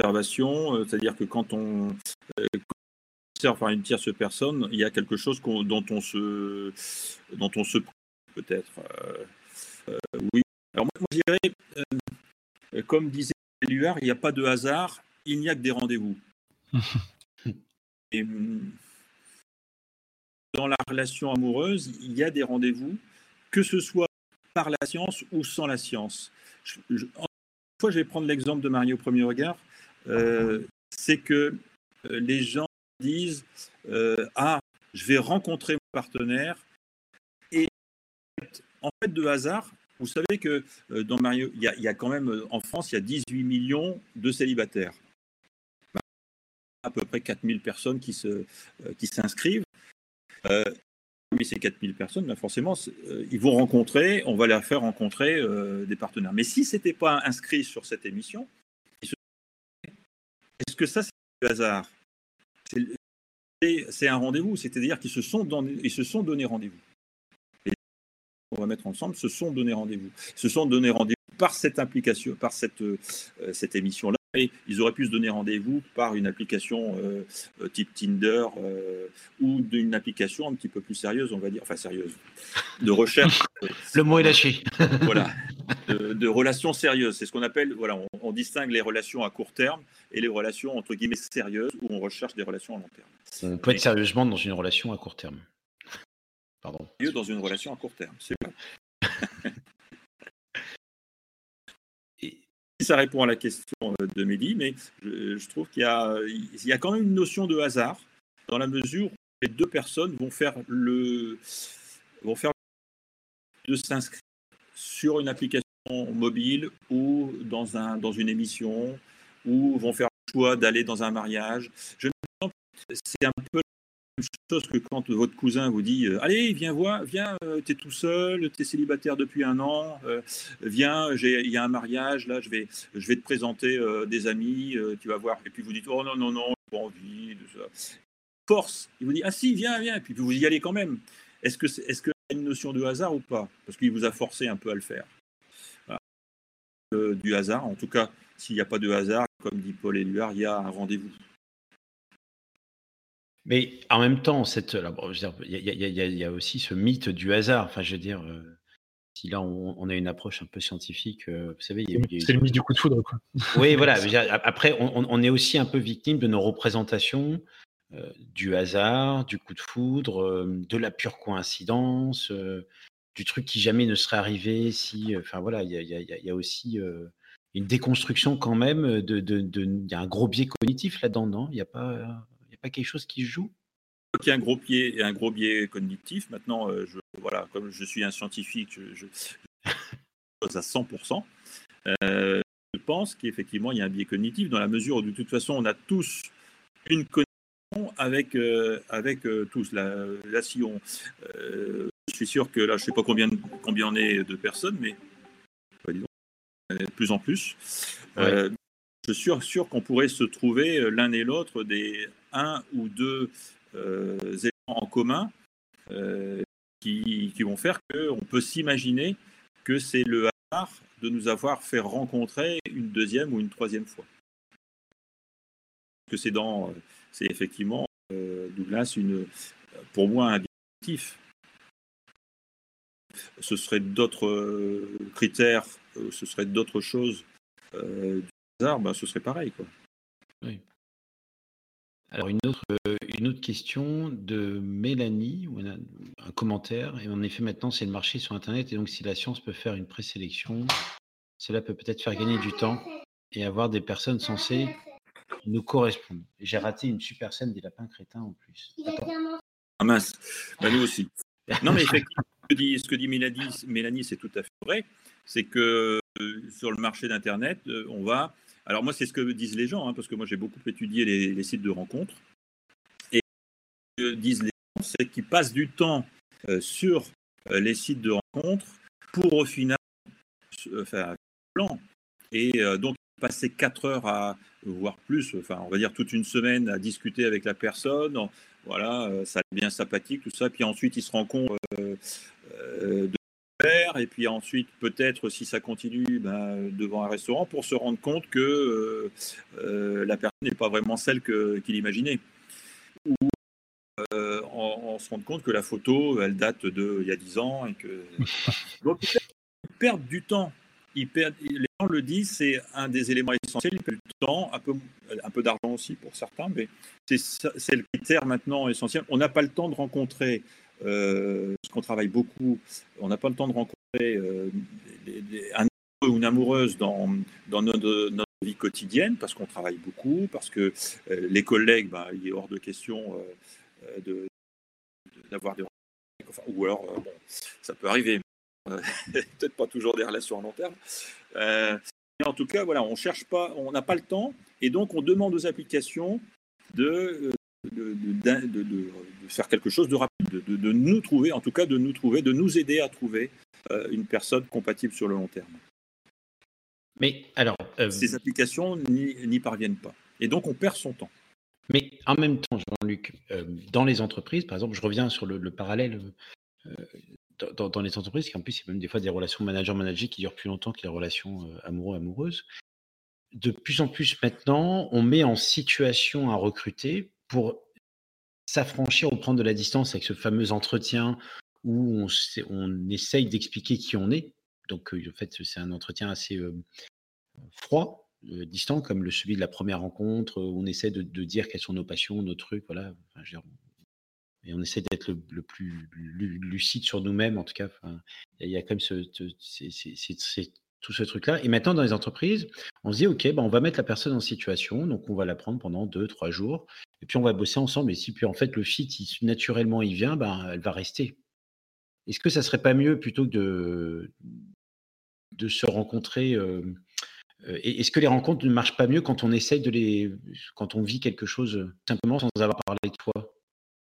C: observation, euh, c'est-à-dire que quand on euh, observe par une tierce personne, il y a quelque chose qu'on, dont on se, dont on se peut-être. Euh, euh, oui. Alors moi, moi je dirais, euh, comme disait Éluard, il n'y a pas de hasard, il n'y a que des rendez-vous. Et dans la relation amoureuse, il y a des rendez-vous, que ce soit par la science ou sans la science. Je, je, une fois, je vais prendre l'exemple de Marie au premier regard. Euh, c'est que euh, les gens disent euh, ah, je vais rencontrer mon partenaire et en fait de hasard. Vous savez que euh, dans Mario, il y, a, il y a quand même en France, il y a dix-huit millions de célibataires. À peu près quatre mille personnes qui, se, euh, qui s'inscrivent. Euh, mais ces quatre mille personnes, là, forcément, euh, ils vont rencontrer, on va leur faire rencontrer euh, des partenaires. Mais si ce n'était pas inscrit sur cette émission, se... est-ce que ça, c'est du hasard? c'est, c'est un rendez-vous, c'est-à-dire qu'ils se sont donné, ils se sont donné rendez-vous. Et on va mettre ensemble, se sont donné rendez-vous. Ils se sont donné rendez-vous par cette implication, par cette, euh, cette émission-là. Et ils auraient pu se donner rendez-vous par une application euh, type Tinder euh, ou d'une application un petit peu plus sérieuse, on va dire, enfin sérieuse, de recherche.
A: Le mot est lâché.
C: Voilà, de, de relations sérieuses. C'est ce qu'on appelle, voilà, on, on distingue les relations à court terme et les relations entre guillemets sérieuses où on recherche des relations à long terme.
A: On peut être sérieusement dans une relation à court terme. Pardon.
C: Dans une relation à court terme, c'est vrai. Ça répond à la question de Mehdi, mais je, je trouve qu'il y a, il y a quand même une notion de hasard dans la mesure où les deux personnes vont faire le, vont faire de s'inscrire sur une application mobile ou dans un dans une émission ou vont faire le choix d'aller dans un mariage. Je me sens que c'est un peu la même chose que quand votre cousin vous dit euh, allez viens voir, viens, euh, t'es tout seul, t'es célibataire depuis un an, euh, viens, il y a un mariage là, je vais je vais te présenter euh, des amis, euh, tu vas voir. Et puis vous dites oh non non non, j'ai pas envie de ça. Force, il vous dit ah si viens viens, et puis vous y allez quand même. Est-ce que c'est, est-ce que y a une notion de hasard ou pas? Parce qu'il vous a forcé un peu à le faire. Voilà. Euh, du hasard, en tout cas, s'il n'y a pas de hasard, comme dit Paul Éluard, il y a un rendez-vous.
A: Mais en même temps, cette, là, bon, je veux dire, il y, y, y, y a aussi ce mythe du hasard. Enfin, je veux dire, euh, si là on, on a une approche un peu scientifique, euh, vous savez, il y a, y a,
B: c'est le mythe du coup de foudre, quoi.
A: Oui, voilà. Je veux dire, après, on, on est aussi un peu victime de nos représentations euh, du hasard, du coup de foudre, euh, de la pure coïncidence, euh, du truc qui jamais ne serait arrivé si. Enfin euh, voilà, il y a, y, a, y a aussi euh, une déconstruction quand même. De, de, de, y a un gros biais cognitif là-dedans, non? Il n'y a pas. Euh, pas quelque chose qui joue?
C: Il y a un gros biais et un gros biais cognitif. Maintenant, euh, je, voilà, comme je suis un scientifique, je, je, je à cent pour cent. Euh, je pense qu'effectivement, il y a un biais cognitif dans la mesure où, de toute façon, on a tous une connexion avec, euh, avec euh, tous. Là, là si on, euh, je suis sûr que là, je ne sais pas combien, combien on est de personnes, mais bah, disons, de plus en plus. Ouais. Euh, je suis sûr, sûr qu'on pourrait se trouver l'un et l'autre des un ou deux euh, éléments en commun euh, qui, qui vont faire qu'on peut s'imaginer que c'est le hasard de nous avoir fait rencontrer une deuxième ou une troisième fois. Que c'est dans, c'est effectivement, euh, Douglas, une, pour moi, un objectif. Ce serait d'autres euh, critères, euh, ce serait d'autres choses euh, du hasard, ben, ce serait pareil, quoi.
A: Oui. Alors une autre, euh, une autre question de Mélanie, ou un, un commentaire, et en effet maintenant c'est le marché sur Internet, et donc si la science peut faire une présélection, cela peut peut-être faire gagner du temps et avoir des personnes censées nous correspondre. Et j'ai raté une super scène des lapins crétins en plus. Attends.
C: Ah mince, bah, nous aussi. Non mais effectivement, ce que dit, ce que dit Mélanie, Mélanie c'est tout à fait vrai, c'est que euh, sur le marché d'Internet, euh, on va... Alors moi, c'est ce que disent les gens, hein, parce que moi, j'ai beaucoup étudié les, les sites de rencontres. Et ce que disent les gens, c'est qu'ils passent du temps euh, sur euh, les sites de rencontres pour au final euh, faire un plan. Et euh, donc, passer quatre heures à, voire plus, enfin, on va dire toute une semaine à discuter avec la personne. Voilà, euh, ça devient sympathique, tout ça. Puis ensuite, ils se rendent compte euh, euh, de faire, et puis ensuite, peut-être, si ça continue, ben, devant un restaurant, pour se rendre compte que euh, euh, la personne n'est pas vraiment celle que, qu'il imaginait. Ou euh, on, on se rend compte que la photo, elle date d'il y a dix ans. Et que... Donc, ils perdent du temps. Ils perdent, les gens le disent, c'est un des éléments essentiels. Ils perdent du temps, un peu, un peu d'argent aussi pour certains, mais c'est, c'est le critère maintenant essentiel. On n'a pas le temps de rencontrer, euh, parce qu'on travaille beaucoup, on n'a pas le temps de rencontrer euh, des, des, un amoureux ou une amoureuse dans, dans notre, notre vie quotidienne, parce qu'on travaille beaucoup, parce que euh, les collègues, ben, il est hors de question euh, de, de, d'avoir des enfin, ou alors, euh, bon, ça peut arriver. Peut-être pas toujours des relations à long terme. Euh, mais en tout cas, voilà, on cherche pas, on n'a pas le temps, et donc on demande aux applications de, de, de, de, de faire quelque chose de rapide, de, de nous trouver, en tout cas de nous trouver, de nous aider à trouver euh, une personne compatible sur le long terme.
A: Mais alors, euh,
C: ces applications n'y, n'y parviennent pas, et donc on perd son temps.
A: Mais en même temps, Jean-Luc, euh, dans les entreprises, par exemple, je reviens sur le, le parallèle. Euh, Dans, dans les entreprises, qui en plus, il y a même des fois des relations manager-manager qui durent plus longtemps que les relations euh, amoureux-amoureuses. De plus en plus maintenant, on met en situation à recruter pour s'affranchir ou prendre de la distance avec ce fameux entretien où on, on essaye d'expliquer qui on est. Donc, euh, en fait, c'est un entretien assez euh, froid, euh, distant, comme le celui de la première rencontre, où on essaie de, de dire quelles sont nos passions, nos trucs, voilà. Enfin, je veux dire, et on essaie d'être le, le plus lu- lucide sur nous-mêmes, en tout cas. Enfin, il y a quand même ce, ce- c'est, c'est- c'est- c'est tout ce truc-là. Et maintenant, dans les entreprises, on se dit, OK, ben, on va mettre la personne en situation, donc on va la prendre pendant deux, trois jours, et puis on va bosser ensemble. Et si puis en fait le fit, il- naturellement, il vient, ben, elle va rester. Est-ce que ça serait pas mieux plutôt que de, de se rencontrer euh, euh, et est-ce que les rencontres ne marchent pas mieux quand on essaye de les, quand on vit quelque chose euh, simplement sans avoir parlé de toi?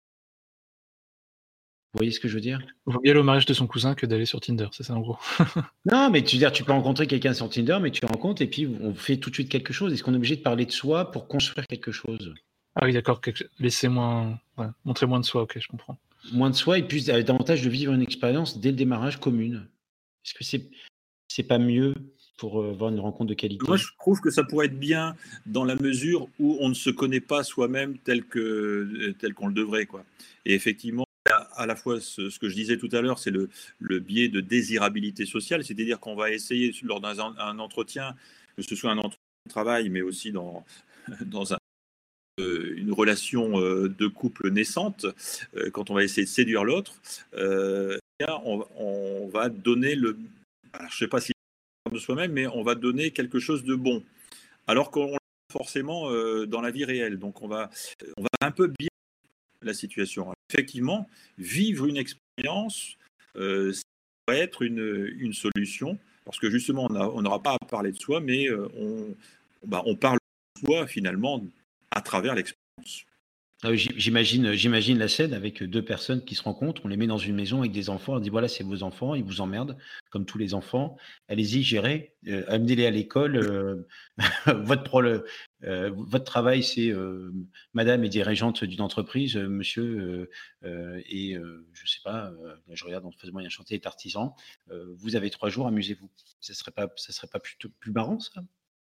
A: Vous voyez ce que je veux dire?
B: Vaut mieux aller au mariage de son cousin que d'aller sur Tinder, c'est ça en gros.
A: Non, mais tu veux dire, tu peux rencontrer quelqu'un sur Tinder, mais tu rencontres et puis on fait tout de suite quelque chose. Est-ce qu'on est obligé de parler de soi pour construire quelque chose?
B: Ah oui, d'accord, quelque... laissez moins, ouais, montrer moins de soi, ok, je comprends.
A: Moins de soi et puis euh, davantage de vivre une expérience dès le démarrage commune. Est-ce que c'est c'est pas mieux pour euh, avoir une rencontre de qualité?
C: Moi, je trouve que ça pourrait être bien dans la mesure où on ne se connaît pas soi-même tel que tel qu'on le devrait, quoi. Et effectivement, à la fois ce, ce que je disais tout à l'heure, c'est le, le biais de désirabilité sociale, c'est-à-dire qu'on va essayer lors d'un un entretien, que ce soit un entretien de travail, mais aussi dans, dans un, euh, une relation euh, de couple naissante, euh, quand on va essayer de séduire l'autre, euh, on, on va donner le... Alors, je ne sais pas si de soi-même, mais on va donner quelque chose de bon. Alors qu'on l'a forcément euh, dans la vie réelle. Donc on va, on va un peu biaiser la situation. Effectivement, vivre une expérience, euh, ça pourrait être une, une solution, parce que justement, on n'aura pas à parler de soi, mais euh, on, bah, on parle de soi finalement à travers l'expérience.
A: Ah oui, j'im- J'imagine, j'imagine la scène avec deux personnes qui se rencontrent, on les met dans une maison avec des enfants, on dit voilà, c'est vos enfants, ils vous emmerdent, comme tous les enfants, allez-y, gérez, euh, amenez-les à l'école, euh, votre, pro- le- euh, votre travail, c'est euh, madame est dirigeante d'une entreprise, euh, monsieur euh, euh, et euh, je sais pas, euh, je regarde en faisant moyen chanter est artisan, euh, vous avez trois jours, amusez-vous. Ça serait pas, ça serait pas plutôt plus marrant, ça?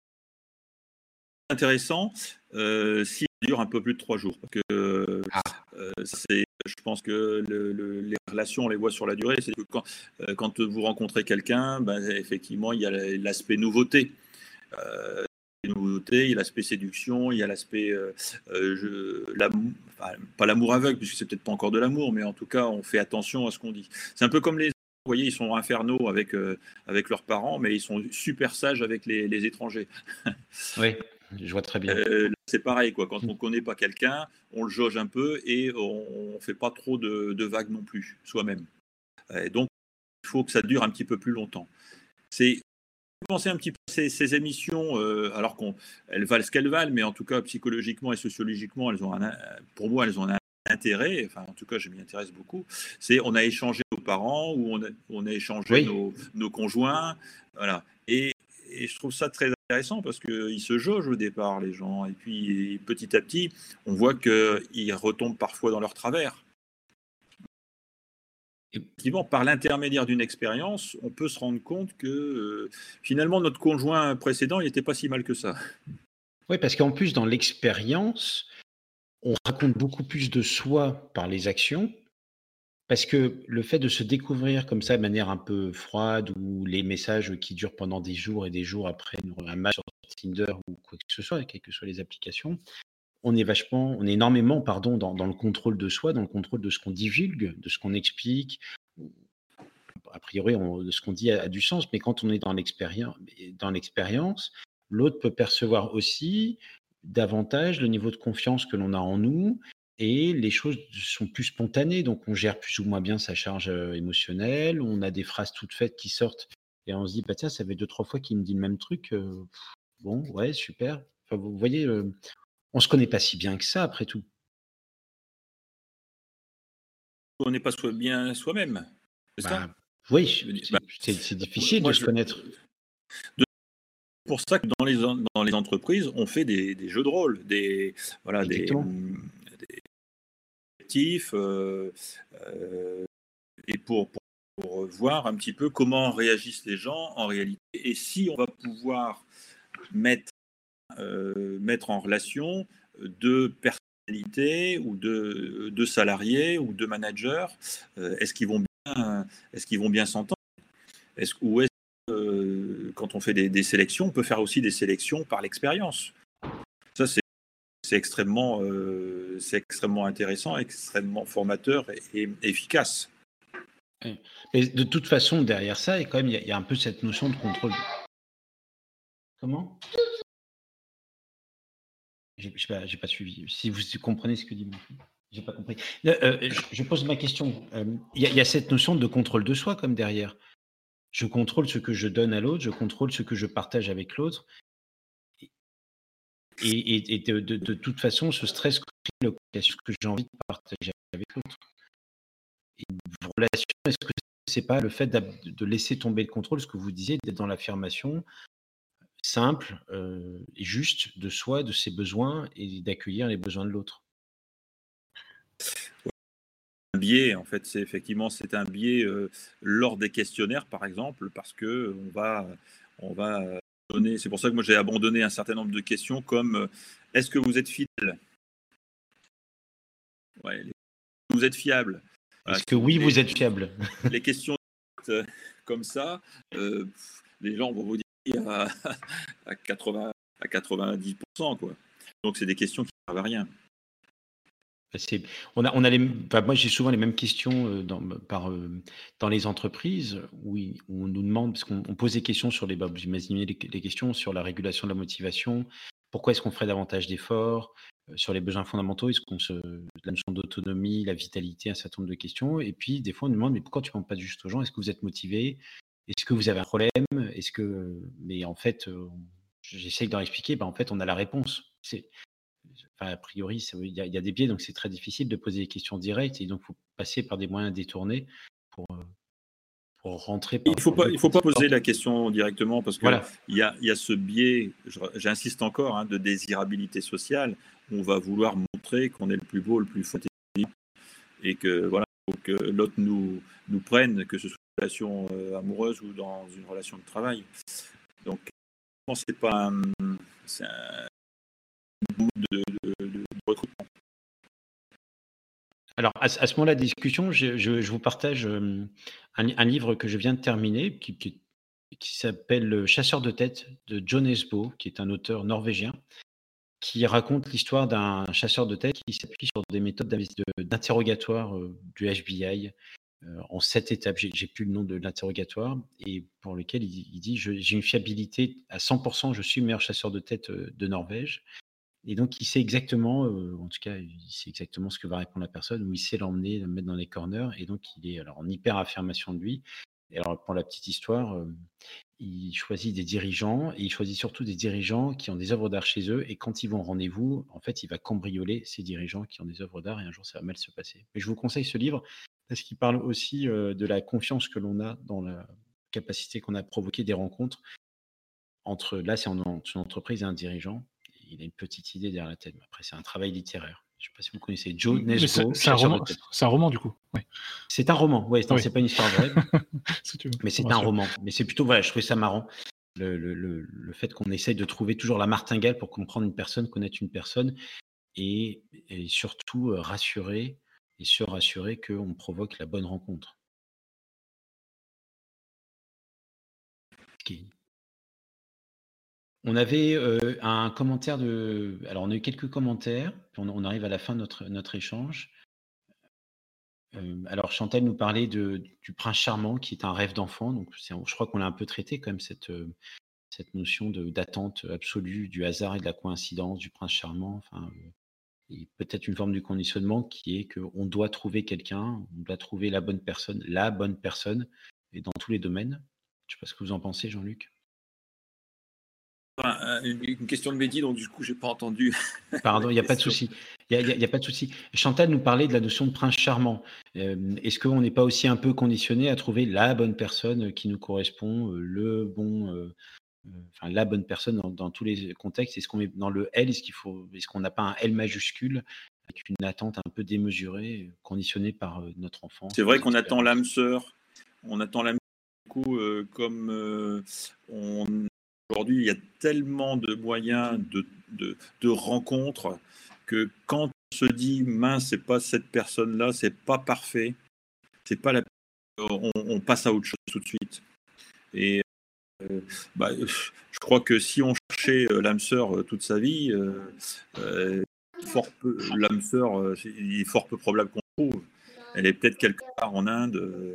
C: Intéressant euh, s'il dure un peu plus de trois jours. Parce que euh, c'est, je pense que le, le, les relations, on les voit sur la durée. C'est que quand, euh, quand vous rencontrez quelqu'un, ben, effectivement, il y a l'aspect nouveauté. Euh, nouveauté, il y a l'aspect séduction, il y a l'aspect, euh, euh, enfin, pas l'amour aveugle, puisque c'est peut-être pas encore de l'amour, mais en tout cas, on fait attention à ce qu'on dit. C'est un peu comme les... Vous voyez, ils sont infernaux avec, euh, avec leurs parents, mais ils sont super sages avec les, les étrangers.
A: Oui, je vois très bien.
C: Euh, c'est pareil, quoi. Quand on ne connaît pas quelqu'un, on le jauge un peu et on ne fait pas trop de, de vagues non plus, soi-même. Et donc, il faut que ça dure un petit peu plus longtemps. C'est penser un petit peu ces, ces émissions, euh, alors qu'elles valent ce qu'elles valent, mais en tout cas, psychologiquement et sociologiquement, elles ont un, pour moi, elles ont un intérêt, enfin, en tout cas, je m'y intéresse beaucoup, c'est on a échangé nos parents ou on a, on a échangé oui. nos, nos conjoints, voilà. Et, et je trouve ça très intéressant parce qu'ils se jaugent au départ, les gens, et puis petit à petit, on voit qu'ils retombent parfois dans leur travers. effectivement, par l'intermédiaire d'une expérience, on peut se rendre compte que euh, finalement notre conjoint précédent, il n'était pas si mal que ça.
A: Oui, parce qu'en plus, dans l'expérience, on raconte beaucoup plus de soi par les actions, parce que le fait de se découvrir comme ça de manière un peu froide, ou les messages qui durent pendant des jours et des jours après un match sur Tinder ou quoi que ce soit, quelles que soient les applications, on est vachement, on est énormément, pardon, dans, dans le contrôle de soi, dans le contrôle de ce qu'on divulgue, de ce qu'on explique. A priori, on, de ce qu'on dit a, a du sens, mais quand on est dans l'expérience, dans l'expérience, l'autre peut percevoir aussi davantage le niveau de confiance que l'on a en nous, et les choses sont plus spontanées, donc on gère plus ou moins bien sa charge euh, émotionnelle, on a des phrases toutes faites qui sortent, et on se dit, bah tiens, ça fait deux, trois fois qu'il me dit le même truc, euh, pff, bon, ouais, super. Enfin, vous voyez, euh, on se connaît pas si bien que ça, après tout.
C: On n'est pas soi- bien soi-même, c'est ça?
A: Bah, oui,
C: Je veux dire, bah,
A: c'est c'est- c'est difficile
C: moi,
A: de se
C: je,
A: connaître.
C: de- pour ça que dans les, en- dans les entreprises, on fait des, des jeux de rôle, des, voilà, des,
A: Exactement.
C: hum, des actifs, euh, euh, et pour, pour, pour voir un petit peu comment réagissent les gens en réalité, et si on va pouvoir mettre, euh, mettre en relation deux personnalités ou deux, deux salariés ou deux managers, euh, est-ce qu'ils vont bien, est-ce qu'ils vont bien s'entendre? Est-ce, ou est-ce que, euh, quand on fait des, des sélections, on peut faire aussi des sélections par l'expérience? Ça, c'est, c'est extrêmement, euh, c'est extrêmement intéressant, extrêmement formateur et, et efficace.
A: Ouais. Mais de toute façon, derrière ça, et quand même, il y, a- il y a un peu cette notion de contrôle. Comment? J'ai j'ai pas, j'ai pas suivi. Si vous comprenez ce que dit mon fils, j'ai pas compris. Euh, euh, je, je pose ma question. Euh, Il y, a il y a cette notion de contrôle de soi comme derrière. Je contrôle ce que je donne à l'autre, je contrôle ce que je partage avec l'autre. Et, et- et de, de- de toute façon, ce stress crée ce que j'ai envie de partager avec l'autre. Et une relation, est-ce que c'est pas le fait d'ab- de laisser tomber le contrôle, ce que vous disiez, d'être dans l'affirmation simple euh, et juste de soi, de ses besoins, et d'accueillir les besoins de l'autre?
C: Un biais, en fait, c'est effectivement c'est un biais euh, lors des questionnaires, par exemple, parce que on va, on va euh, donner. C'est pour ça que moi j'ai abandonné un certain nombre de questions comme euh, est-ce que vous êtes fidèle? Ouais, les- vous êtes fiable? Voilà,
A: Est-ce que
C: si
A: oui,
C: les,
A: vous êtes fiable?
C: les questions euh, comme ça, euh, pff, les gens vont vous dire à, à quatre-vingts, à quatre-vingt-dix pour cent, quoi. Donc c'est des questions qui ne servent à rien.
A: C'est- on a, on a les, enfin, moi, j'ai souvent les mêmes questions euh, dans, par, euh, dans les entreprises où, il- où on nous demande, parce qu'on on pose des questions sur les, bah, vous imaginez les, les questions sur la régulation de la motivation, pourquoi est-ce qu'on ferait davantage d'efforts, euh, sur les besoins fondamentaux, est-ce qu'on se, la notion d'autonomie, la vitalité, un certain nombre de questions. Et puis, des fois, on nous demande, mais pourquoi tu ne demandes pas juste aux gens, est-ce que vous êtes motivé? Est-ce que vous avez un problème? Est-ce que, mais en fait, euh, j'essaye d'en expliquer, bah, en fait, on a la réponse. C'est, Enfin, a priori, ça- il y, a il y a des biais, donc c'est très difficile de poser des questions directes, et donc il faut passer par des moyens détournés pour, euh, pour rentrer
C: Il
A: par,
C: ne faut
A: par
C: pas, il
A: d'autres
C: faut pas
A: petites
C: poser
A: portes.
C: la question directement parce qu'il
A: Voilà.
C: y a, y a ce biais, je- j'insiste encore, hein, de désirabilité sociale. On va vouloir montrer qu'on est le plus beau, le plus fort et que voilà, faut que l'autre nous, nous prenne, que ce soit une relation euh, amoureuse ou dans une relation de travail. Donc, je pense que c'est pas un, c'est un mode de, de, de- de recrutement.
A: Alors, à, ce à ce moment-là de discussion, je, je- je vous partage euh, un, un livre que je viens de terminer, qui, qui- qui s'appelle Le Chasseur de tête de John Esbo, qui est un auteur norvégien, qui raconte l'histoire d'un chasseur de tête qui s'appuie sur des méthodes d'investi- de- d'interrogatoire euh, du F B I euh, en sept étapes. J'ai j'ai plus le nom de l'interrogatoire, et pour lequel il, il dit je- j'ai une fiabilité à cent pour cent, je suis le meilleur chasseur de tête euh, de Norvège. Et donc, il sait exactement, euh, en tout cas, il sait exactement ce que va répondre la personne, ou il sait l'emmener, le mettre dans les corners. Et donc, il est alors en hyper affirmation de lui. Et alors, pour la petite histoire, euh, il choisit des dirigeants, et il choisit surtout des dirigeants qui ont des œuvres d'art chez eux. Et quand ils vont au rendez-vous, en fait, il va cambrioler ces dirigeants qui ont des œuvres d'art, et un jour, ça va mal se passer. Mais je vous conseille ce livre parce qu'il parle aussi euh, de la confiance que l'on a dans la capacité qu'on a à provoquer des rencontres entre, là, c'est en, en- une entreprise et un dirigeant. Il a une petite idée derrière la tête. Mais après, c'est un travail littéraire. Je ne sais pas si vous connaissez Joe
B: Mais c'est
A: Nesbo,
B: c'est un
A: chasseur de
B: roman,
A: tête.
B: c'est un roman du coup. Oui.
A: C'est un roman, ouais, non,
B: Oui.
A: c'est pas une histoire vraie,
B: Si tu veux,
A: mais c'est
B: bien
A: un
B: sûr.
A: roman. Mais c'est plutôt, voilà, je trouvais ça marrant, le le le le fait qu'on essaye de trouver toujours la martingale pour comprendre une personne, connaître une personne et et surtout, heu, rassurer et se rassurer qu'on provoque la bonne rencontre. Ce qui On avait, heu, un commentaire de alors on a eu quelques commentaires, puis on on arrive à la fin de notre notre échange. Hem, alors Chantal nous parlait de du prince charmant qui est un rêve d'enfant, donc c'est je crois qu'on l'a un peu traité quand même cette, heu, cette notion de d'attente absolue du hasard et de la coïncidence, du prince charmant, enfin, heu et peut-être une forme de conditionnement qui est qu'on doit trouver quelqu'un, on doit trouver la bonne personne, la bonne personne et dans tous les domaines. Je sais pas ce que vous en pensez, Jean-Luc?
C: Enfin, une, une question de Mehdi, donc du coup, j'ai pas entendu la
A: Pardon, il y a pas de
C: question.
A: souci. Il y a il y a il y a pas de souci. Chantal nous parlait de la notion de prince charmant. Hem, est-ce qu'on n'est pas aussi un peu conditionné à trouver la bonne personne, qui nous correspond, heu, le bon, heu heu, enfin la bonne personne dans dans tous les contextes? Est-ce qu'on est dans le L? Est-ce qu'il faut est-ce qu'on n'a pas un L majuscule avec une attente un peu démesurée, conditionnée par, heu, notre
C: C'est
A: enfance, nos
C: vrai qu'on attend
A: expériences?
C: l'âme sœur, on attend l'âme du coup, heu, comme, heu, on aujourd'hui, il y a tellement de moyens de de de rencontres que quand on se dit: «Mince, c'est pas cette personne-là, c'est pas parfait, c'est pas la», on on passe à autre chose tout de suite et heu, bah, je crois que si on cherchait, heu, l'âme sœur, heu, toute sa vie, heu heu, fort peu l'âme sœur, heu, c'est il est fort peu probable qu'on trouve. Elle est peut-être quelque part en Inde, heu,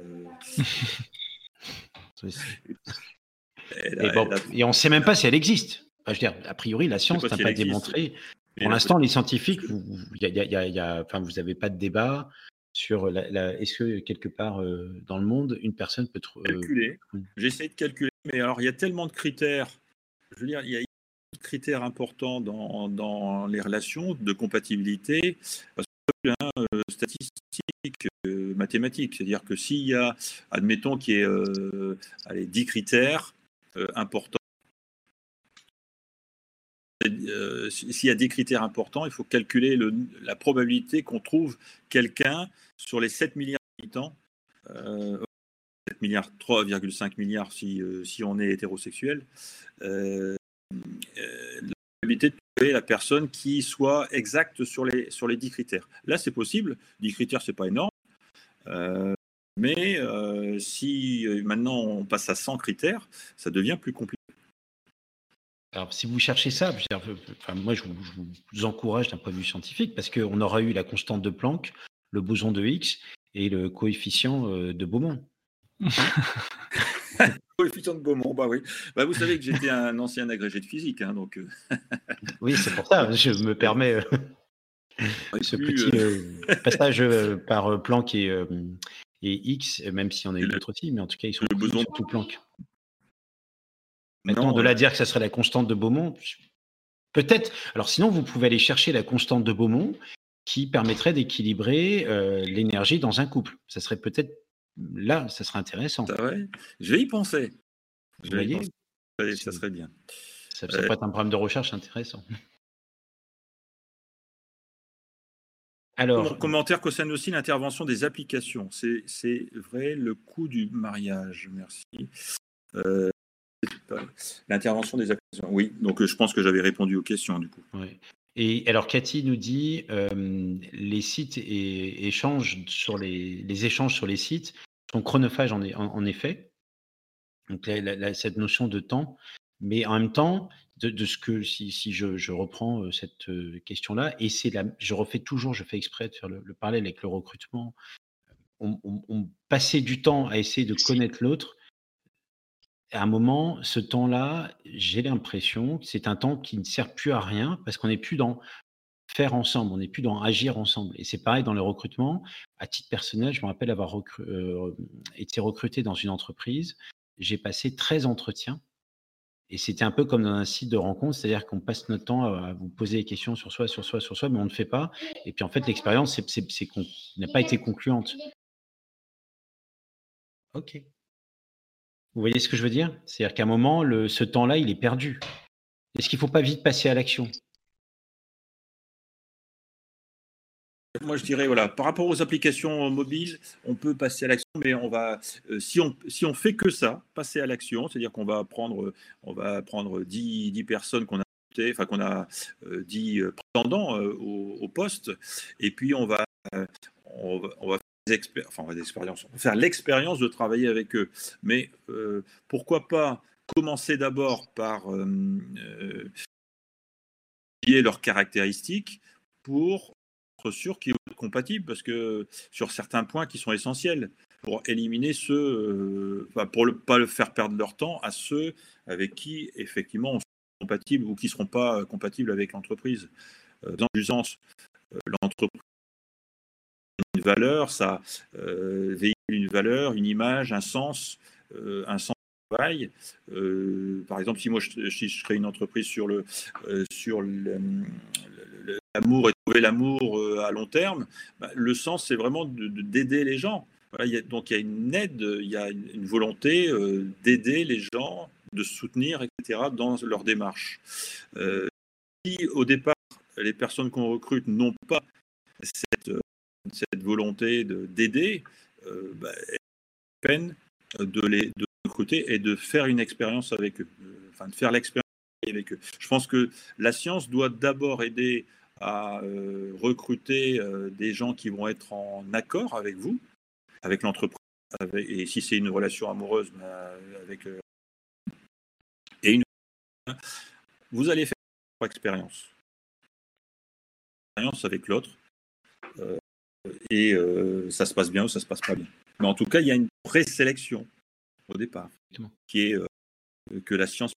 A: Oui, c'est
C: elle
A: et
C: a
A: bon
C: elle a
A: et on ne sait même pas si elle existe. Enfin, je veux dire, a priori, la
C: je sais
A: science
C: pas
A: n'a
C: si elle
A: pas
C: existe,
A: démontré.
C: mais
A: Pour
C: la
A: l'instant, les
C: possibilité
A: scientifiques, vous vous il y a il y a il y a il y a enfin, vous avez pas de débat sur la la est-ce que quelque part, heu, dans le monde, une personne peut trou heu,
C: calculer.
A: mmh,
C: J'ai essayé de calculer, mais alors il y a tellement de critères, je veux dire, il y a de critères importants dans dans les relations de compatibilité, parce que hein, heu, statistiques, heu, mathématiques. C'est-à-dire que s'il y a, admettons qu'il y ait, heu, allez dix critères, heu, importants, heu, s'il y a des critères importants, il faut calculer le la probabilité qu'on trouve quelqu'un sur les sept milliards d'habitants, heu, sept milliards, trois virgule cinq milliards si, euh, si on est hétérosexuel, euh, euh, la probabilité de trouver la personne qui soit exacte sur les, sur les dix critères. Là, c'est possible. dix critères, c'est pas énorme. Euh, mais euh, si euh, maintenant on passe à cent critères, ça devient plus compliqué.
A: alors si vous cherchez ça, je veux dire, heu, enfin, moi, je vous je vous encourage d'un point de vue scientifique parce qu'on aura eu la constante de Planck, le boson de Higgs et le coefficient, heu, de Beaumont.
C: Coefficient de Beaumont, bah oui. Bah, vous savez que j'étais un ancien agrégé de physique, hein, donc euh,
A: Oui, c'est pour ça, je me permets, heu, ce
C: plus,
A: petit,
C: euh,
A: heu, passage, heu, par, heu, Planck et hem et Higgs, même s'il y en a
C: et
A: eu
C: le,
A: d'autres aussi, mais en tout cas, ils sont
C: le
A: connus,
C: boson.
A: surtout Planck. Maintenant, de
C: Non,
A: là
C: euh,
A: à dire que ça serait la constante de Beaumont, peut-être. Alors sinon, vous pouvez aller chercher la constante de Beaumont qui permettrait d'équilibrer, heu, l'énergie dans un couple. Ça serait peut-être là, ça serait intéressant.
C: ça, ouais. Je vais y penser. Je
A: Vous
C: vais y penser.
A: voyez?
C: Ça
A: C'est
C: serait bien.
A: ça ça
C: Euh,
A: pourrait être un programme de recherche intéressant. Alors,
C: Commentaire concerne aussi l'intervention des applications. C'est, c'est vrai, le coût du mariage. Merci. Euh, L'intervention des applications. Oui, donc euh, je pense que j'avais répondu aux questions du coup.
A: ouais. Et alors Cathy nous dit, hem, les sites et échanges sur les les échanges sur les sites sont chronophages en é en en effet. Donc la la la cette notion de temps, mais en même temps, de de ce que si si je je reprends, heu, cette, heu, question-là et c'est la je refais toujours, je fais exprès de faire le le parallèle avec le recrutement. On on on passait du temps à essayer de connaître l'autre. À un moment, ce temps-là, j'ai l'impression que c'est un temps qui ne sert plus à rien parce qu'on n'est plus dans faire ensemble, on n'est plus dans agir ensemble et c'est pareil dans le recrutement. À titre personnel, je me rappelle avoir recru heu, été recruté dans une entreprise. J'ai passé treize entretiens et c'était un peu comme dans un site de rencontre, c'est-à-dire qu'on passe notre temps à à vous poser des questions sur soi, sur soi, sur soi, mais on ne fait pas et puis en fait l'expérience c'est c'est c'est qu'on n'a pas été concluante. OK. Vous voyez ce que je veux dire? C'est-à-dire qu'à un moment, le ce temps-là, il est perdu. Est-ce qu'il ne faut pas vite passer à l'action?
C: Moi, je dirais, voilà, par rapport aux applications mobiles, on peut passer à l'action, mais on va, euh, si on si on fait que ça, passer à l'action, c'est-à-dire qu'on va prendre, on va prendre dix dix personnes qu'on a, enfin qu'on a euh, dix prétendants euh, au, au poste, et puis on va, euh, on va, on va faire des expé- enfin, on va des expériences, on va faire l'expérience de travailler avec eux. Mais euh, pourquoi pas commencer d'abord par euh, euh, lier leurs caractéristiques pour être sûr qu'ils vont être compatibles, parce que sur certains points qui sont essentiels, pour éliminer ceux, euh, enfin, pour ne pas le faire perdre leur temps à ceux avec qui, effectivement, on sera compatible ou qui ne seront pas euh, compatibles avec l'entreprise. Euh, dans l'usance, euh, l'entreprise a une valeur, ça euh, véhicule une valeur, une image, un sens, euh, un sens de travail. Euh, par exemple, si moi je, si je crée une entreprise sur le euh, sur le, le- l'amour et trouver l'amour euh, à long terme, bah, le sens c'est vraiment de, de- d'aider les gens. Voilà, il y a, donc il y a une aide, il y a une, une volonté euh, d'aider les gens, de soutenir, et cetera dans leur démarche. Euh, si au départ les personnes qu'on recrute n'ont pas cette, euh, cette volonté de, d'aider, euh, bah, peine de les de recruter et de faire une expérience avec eux, enfin de faire l'expérience avec eux. Je pense que la science doit d'abord aider à euh, recruter euh, des gens qui vont être en accord avec vous, avec l'entreprise, avec, et si c'est une relation amoureuse, bah, avec euh, et une, vous allez faire une expérience, expérience avec l'autre, euh, et euh, ça se passe bien ou ça se passe pas bien. Mais en tout cas, il y a une présélection au départ, qui est euh, que la science.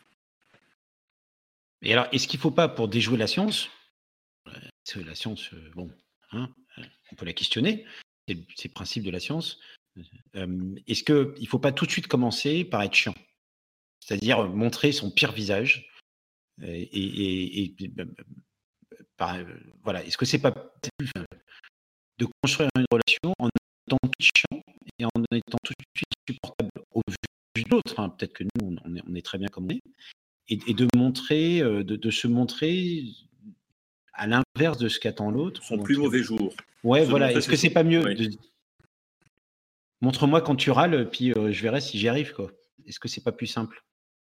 A: Et alors, est-ce qu'il ne faut pas, pour déjouer la science, parce que la science, euh, bon, hein, on peut la questionner, c'est le, c'est le principe de la science, euh, est-ce qu'il ne faut pas tout de suite commencer par être chiant? C'est-à-dire montrer son pire visage et, et, et, et par, voilà, est-ce que c'est pas plus de construire une relation en étant tout chiant et en étant tout de suite supportable au vu de l'autre, hein, peut-être que nous on est, on est très bien comme on est, et, et de montrer, de, de se montrer à l'inverse de ce qu'attend l'autre.
C: Son plus mauvais jour.
A: Ouais, voilà. Est-ce que c'est pas mieux
C: oui.
A: de... Montre-moi quand tu râles, puis euh, je verrai si j'y arrive, quoi. Est-ce que c'est pas plus simple?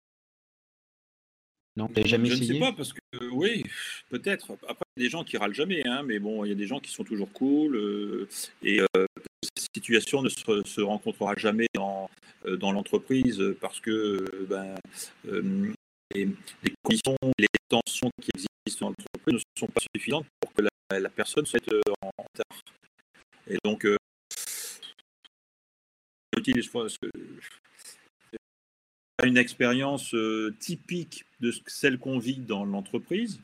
A: Non, t'as jamais
C: je
A: essayé?
C: Je ne sais pas, parce que euh, oui, peut-être. Après, il y a des gens qui râlent jamais, hein, mais bon, il y a des gens qui sont toujours cool, euh, et euh, cette situation ne se, se rencontrera jamais dans, euh, dans l'entreprise, parce que euh, ben, euh, les, les conditions, les tensions qui existent dans l'entreprise ne sont pas suffisantes pour que la, la personne soit euh, en retard. Et donc, euh, utilise une expérience euh, typique de celle qu'on vit dans l'entreprise,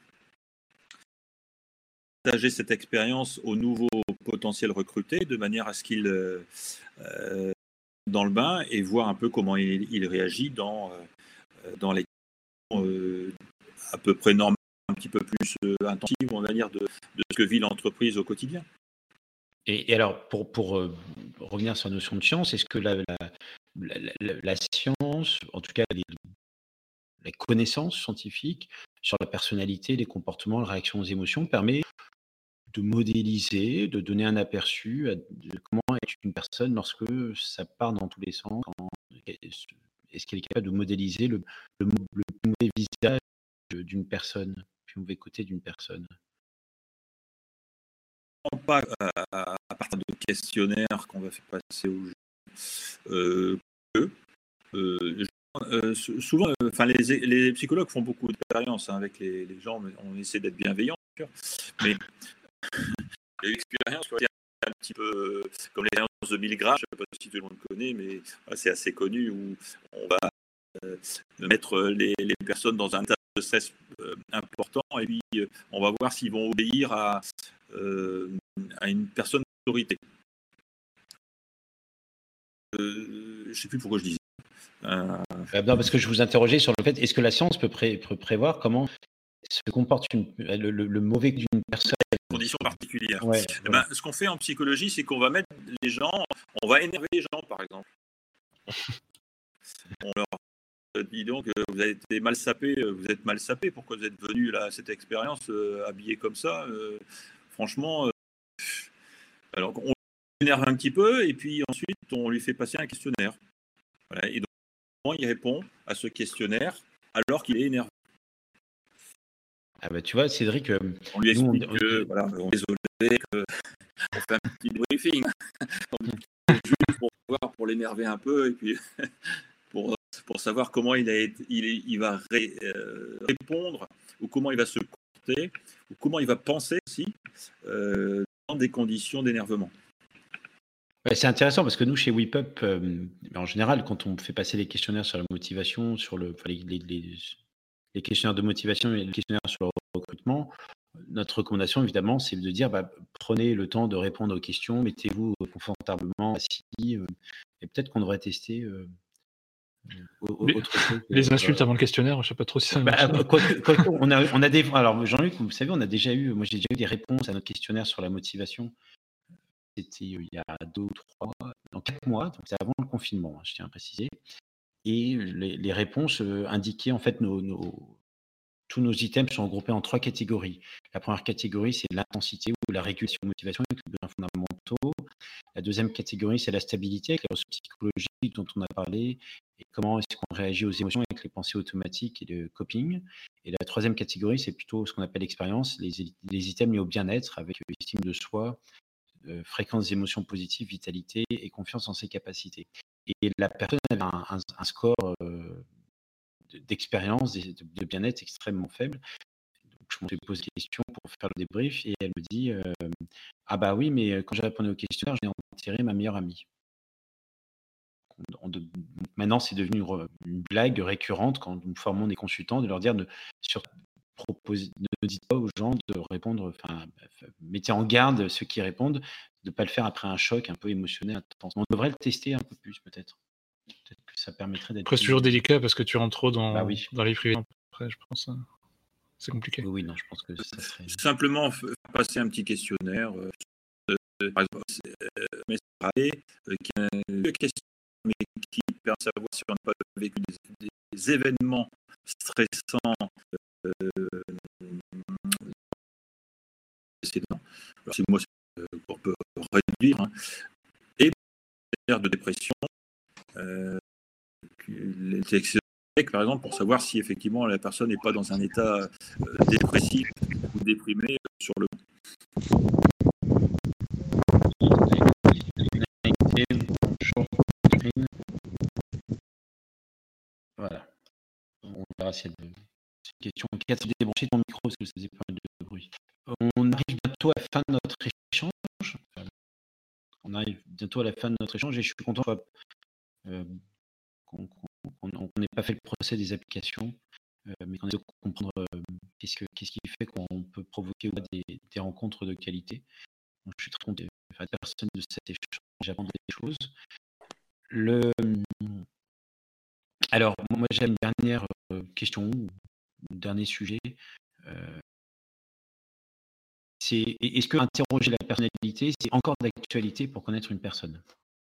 C: partager cette expérience aux nouveaux potentiels recrutés de manière à ce qu'ils euh, euh, dans le bain et voir un peu comment il, il réagit dans, euh, dans les euh, à peu près normales, un petit peu plus euh, intensives, on va dire, de, de ce que vit l'entreprise au quotidien.
A: Et, et alors, pour, pour euh, revenir sur la notion de science, est-ce que la, la, la, la, la science, en tout cas les, les connaissances scientifiques sur la personnalité, les comportements, les réactions aux émotions, permet de modéliser, de donner un aperçu de comment est une personne lorsque ça part dans tous les sens? Est-ce qu'elle est capable de modéliser le, le, le mauvais visage d'une personne, le plus mauvais côté d'une personne?
C: Pas à, à partir de questionnaires qu'on va faire passer aux gens. Euh, euh, euh, souvent, enfin, euh, les, les psychologues font beaucoup d'expériences hein, avec les, les gens, mais on essaie d'être bienveillant, mais l'expérience est un petit peu comme l'expérience de Milgram, je ne sais pas si tout le monde connaît, mais c'est assez connu, où on va euh, mettre les, les personnes dans un état de stress euh, important, et puis euh, on va voir s'ils vont obéir à, euh, à une personne d'autorité. Euh, je ne sais plus pourquoi je disais.
A: Euh... Non, parce que je vous interrogeais sur le fait, est-ce que la science peut, pré peut prévoir comment se comporte une, le, le, le mauvais d'une personne?
C: Conditions particulières.
A: Ouais,
C: eh ben, ce qu'on fait en psychologie, c'est qu'on va mettre les gens, on va énerver les gens, par exemple. On leur dit donc, vous avez été mal sapé, vous êtes mal sapé, pourquoi vous êtes venu là à cette expérience euh, habillé comme ça euh, franchement, euh, Alors, on l'énerve un petit peu et puis ensuite, on lui fait passer un questionnaire. Voilà. Et donc, il répond à ce questionnaire alors qu'il est énervé.
A: Ah bah, tu vois, Cédric, euh,
C: On lui
A: nous, on,
C: explique
A: on-
C: que, voilà, on est désolé, qu'on fait un petit briefing. Juste pour voir, pour l'énerver un peu et puis pour, pour savoir comment il, a été, il, est- il va ré- euh, répondre ou comment il va se comporter ou comment il va penser aussi euh, dans des conditions d'énervement.
A: ouais, c'est intéressant parce que nous, chez WePup, euh, en général, quand on fait passer les questionnaires sur la motivation, sur le, enfin, les, les- les- les questionnaires de motivation et les questionnaires sur le recrutement, notre recommandation, évidemment, c'est de dire bah, prenez le temps de répondre aux questions, mettez-vous confortablement assis, euh, et peut-être qu'on devrait tester euh, au- au-
B: Les,
A: autre chose.
B: les insultes
A: euh,
B: avant le questionnaire, je sais pas trop si ça
A: Bah,
B: marche.
A: quoique, quoique, on a, on a des. Alors, Jean-Luc, vous savez, on a déjà eu, moi j'ai déjà eu des réponses à notre questionnaire sur la motivation. C'était il y a deux ou trois, dans quatre mois, donc c'est avant le confinement, hein, je tiens à préciser. Et les, les réponses euh, indiquaient en fait nos, nos- tous nos items sont regroupés en trois catégories. La première catégorie, c'est l'intensité ou la régulation de motivation avec les besoins fondamentaux. La deuxième catégorie, c'est la stabilité avec les ressources psychologiques dont on a parlé et comment est-ce qu'on réagit aux émotions avec les pensées automatiques et le coping. Et la troisième catégorie, c'est plutôt ce qu'on appelle l'expérience, les, les items liés au bien-être avec l'estime de soi, euh, fréquence des émotions positives, vitalité et confiance en ses capacités. Et la personne avait un, un, un score euh, d'expérience, de, de bien-être extrêmement faible. Donc, je me suis posé des questions pour faire le débrief et elle me dit euh, ah bah oui, mais quand j'ai répondu au questionnaire, j'ai enterré ma meilleure amie. On, on, maintenant, c'est devenu une, une blague récurrente quand nous formons des consultants de leur dire de sur, proposer, ne dites pas aux gens de répondre, enfin, mettez en garde ceux qui répondent de ne pas le faire après un choc un peu émotionnel intense. On devrait le tester un peu plus peut-être. Peut-être que ça permettrait d'être
B: Après, c'est toujours délicat parce que tu rentres trop dans,
A: bah oui.
B: dans les privés. Après, je pense hein. C'est compliqué.
A: Oui, oui, non, je pense que ça serait.
C: Simplement passer un petit questionnaire, euh, euh, par exemple, euh, mais euh, qui a deux questions, mais qui permet de savoir si on n'a pas vécu des, des événements stressants euh, précédents. Alors, c'est moi, c'est pour peu réduire. Hein. Et de dépression, euh, les textes par exemple, pour savoir si effectivement la personne n'est pas dans un état euh, dépressif ou déprimé sur le
A: voilà. On verra si elle veut. C'est une question. Quatre débrancher ton micro parce que ça faisait pas mal de bruit. On arrive bientôt à la fin de notre échange. On arrive bientôt à la fin de notre échange et je suis content euh, qu'on n'ait pas fait le procès des applications, euh, mais qu'on ait de comprendre euh, qu'est-ce, que, qu'est-ce qui fait qu'on peut provoquer des, des rencontres de qualité. Donc, je suis très content de faire des personnes de cet échange, j'apprends des choses. Le... Alors, moi j'ai une dernière euh, question, un dernier sujet. Euh, c'est, est-ce que interroger la personnalité, c'est encore d'actualité pour connaître une personne ?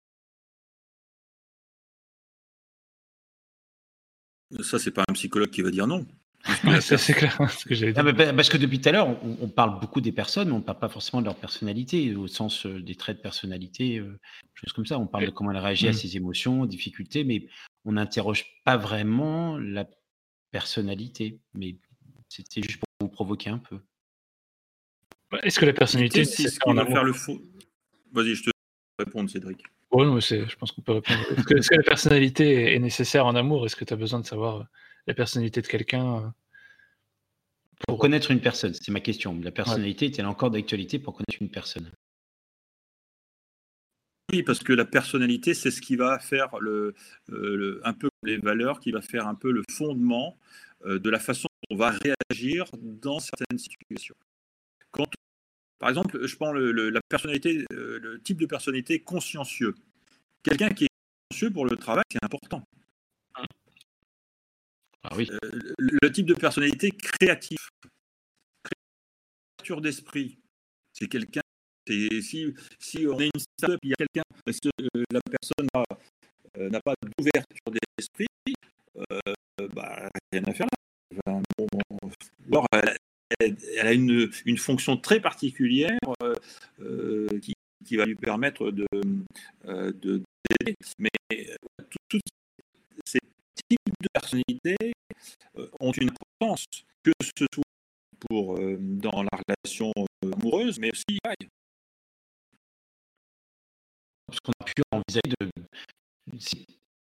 C: Ça, c'est pas un psychologue qui va dire non.
B: Ouais, ça, c'est clair, ce que j'allais dire.
A: Ah, parce que depuis tout à l'heure, on, on parle beaucoup des personnes, mais on ne parle pas forcément de leur personnalité, au sens euh, des traits de personnalité, euh, choses comme ça. On parle de comment elle réagit mmh. à ses émotions, difficultés, mais on n'interroge pas vraiment la personnalité. Mais c'était juste pour vous provoquer un peu.
B: Est-ce que la personnalité,
C: c'est ce qui va faire le faux? Vas-y, je te réponds, Cédric.
B: Oh non, mais c'est, je pense qu'on peut répondre. Est-ce que, est-ce que la personnalité est nécessaire en amour? Est-ce que tu as besoin de savoir la personnalité de quelqu'un
A: pour connaître une personne? C'est ma question. La personnalité ouais. est-elle encore d'actualité pour connaître une personne?
C: Oui, parce que la personnalité, c'est ce qui va faire le, euh, le, un peu les valeurs, qui va faire un peu le fondement euh, de la façon dont on va réagir dans certaines situations. Quand, par exemple, je prends le, le, la personnalité, euh, le type de personnalité consciencieux. Quelqu'un qui est consciencieux pour le travail, c'est important.
A: Ah oui.
C: Euh, le, le type de personnalité créatif, créature d'esprit, c'est quelqu'un. Et si, si on est une start-up, il y a quelqu'un, euh, la personne n'a, euh, n'a pas d'ouverture d'esprit, euh, bah, rien à faire là. Enfin, bon, alors, elle, elle, elle a une, une fonction très particulière euh, euh, qui qui va lui permettre de, euh, de d'aider. Mais tous ces types de personnalités euh, ont une importance, que ce soit pour euh, dans la relation euh, amoureuse, mais aussi pareil.
A: Ce qu'on a pu envisager de c'est-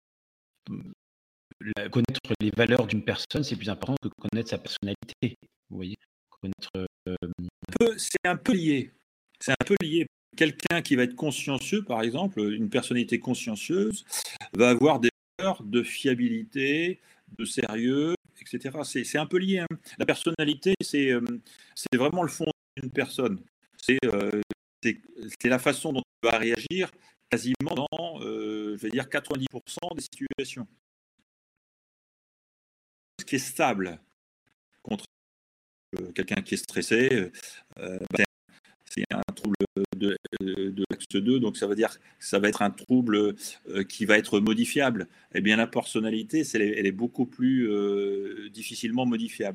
A: la- connaître les valeurs d'une personne, c'est plus important que connaître sa personnalité. Vous voyez, connaître. euh,
C: Peu- C'est un peu lié. C'est un peu lié. Quelqu'un qui va être consciencieux, par exemple, une personnalité consciencieuse, va avoir des valeurs de fiabilité, de sérieux, et cetera. C'est c'est un peu lié, hein. La personnalité, c'est euh, c'est vraiment le fond d'une personne. C'est euh, c'est c'est la façon dont tu vas réagir quasiment dans, euh, je vais dire, quatre-vingt-dix pour cent des situations. Ce qui est stable contre euh, quelqu'un qui est stressé, euh, bah, c'est un trouble de, de l'axe deux, donc ça veut dire que ça va être un trouble euh, qui va être modifiable. Eh bien, la personnalité, c'est, elle est beaucoup plus euh, difficilement modifiable.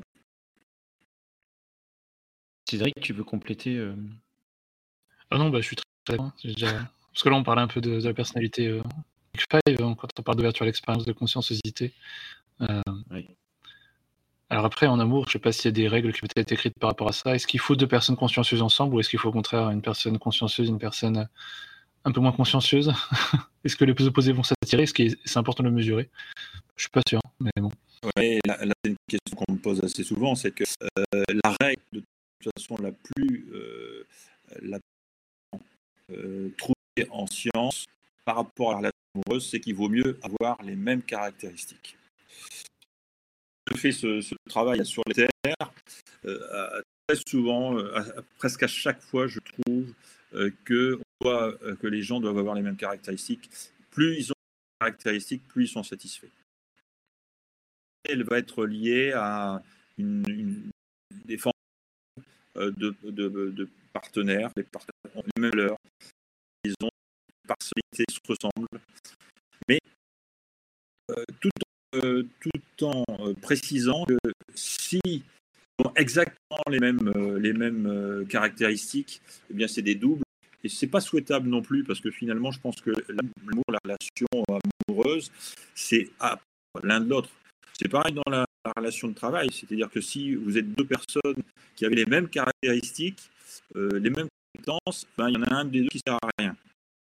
A: Cédric, tu veux compléter euh,
B: Ah non, bah, je suis très d'accord. J'ai déjà- Parce que là, on parlait un peu de, de la personnalité euh, Five, hein, quand on parle d'ouverture à l'expérience, de conscienciosité. Euh,
A: oui.
B: Alors après, en amour, je sais pas s'il y a des règles qui peuvent être écrites par rapport à ça. Est-ce qu'il faut deux personnes consciencieuses ensemble ou est-ce qu'il faut au contraire une personne consciencieuse, une personne euh, un peu moins consciencieuse? Est-ce que les deux opposés vont s'attirer? Est-ce que c'est important de le mesurer? Je suis pas sûr, mais bon.
C: Ouais, là, là, c'est une question qu'on me pose assez souvent, c'est que euh, la règle de toute façon la plus euh, la, euh, trouvée en science par rapport à la relation amoureuse, c'est qu'il vaut mieux avoir les mêmes caractéristiques. Je fais ce, ce travail sur les terres. Euh, très souvent, euh, à, presque à chaque fois, je trouve euh, que, on doit, euh, que les gens doivent avoir les mêmes caractéristiques. Plus ils ont des caractéristiques, plus ils sont satisfaits. Elle va être liée à une, une, des formes euh, de, de, de, partenaires. Les partenaires ont les mêmes valeurs, ils ont une personnalité se ressemblent, mais euh, tout, euh, tout en euh, précisant que si ont exactement les mêmes, euh, les mêmes euh, caractéristiques, eh bien c'est des doubles. Et c'est pas souhaitable non plus, parce que finalement, je pense que l'amour, la relation amoureuse, c'est l'un de l'autre. C'est pareil dans la, la relation de travail, c'est-à-dire que si vous êtes deux personnes qui avaient les mêmes caractéristiques, euh, les mêmes compétences, ben, il y en a un des deux qui ne sert à rien.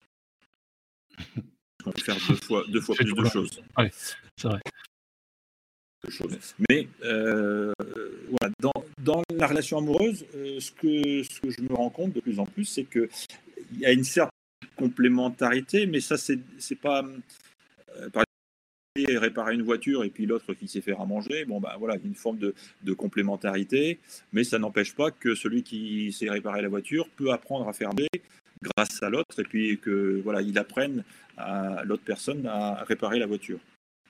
C: On peut faire deux fois, deux fois plus de choses.
B: Oui, c'est vrai.
C: Chose. Mais euh, voilà, dans, dans la relation amoureuse, euh, ce, que, ce que je me rends compte de plus en plus, c'est qu'il y a une certaine complémentarité, mais ça, c'est, c'est pas. Euh, par exemple, réparer une voiture et puis l'autre qui sait faire à manger, bon, ben voilà, une forme de, de complémentarité, mais ça n'empêche pas que celui qui sait réparer la voiture peut apprendre à faire manger grâce à l'autre et puis que voilà, il apprenne à l'autre personne à réparer la voiture.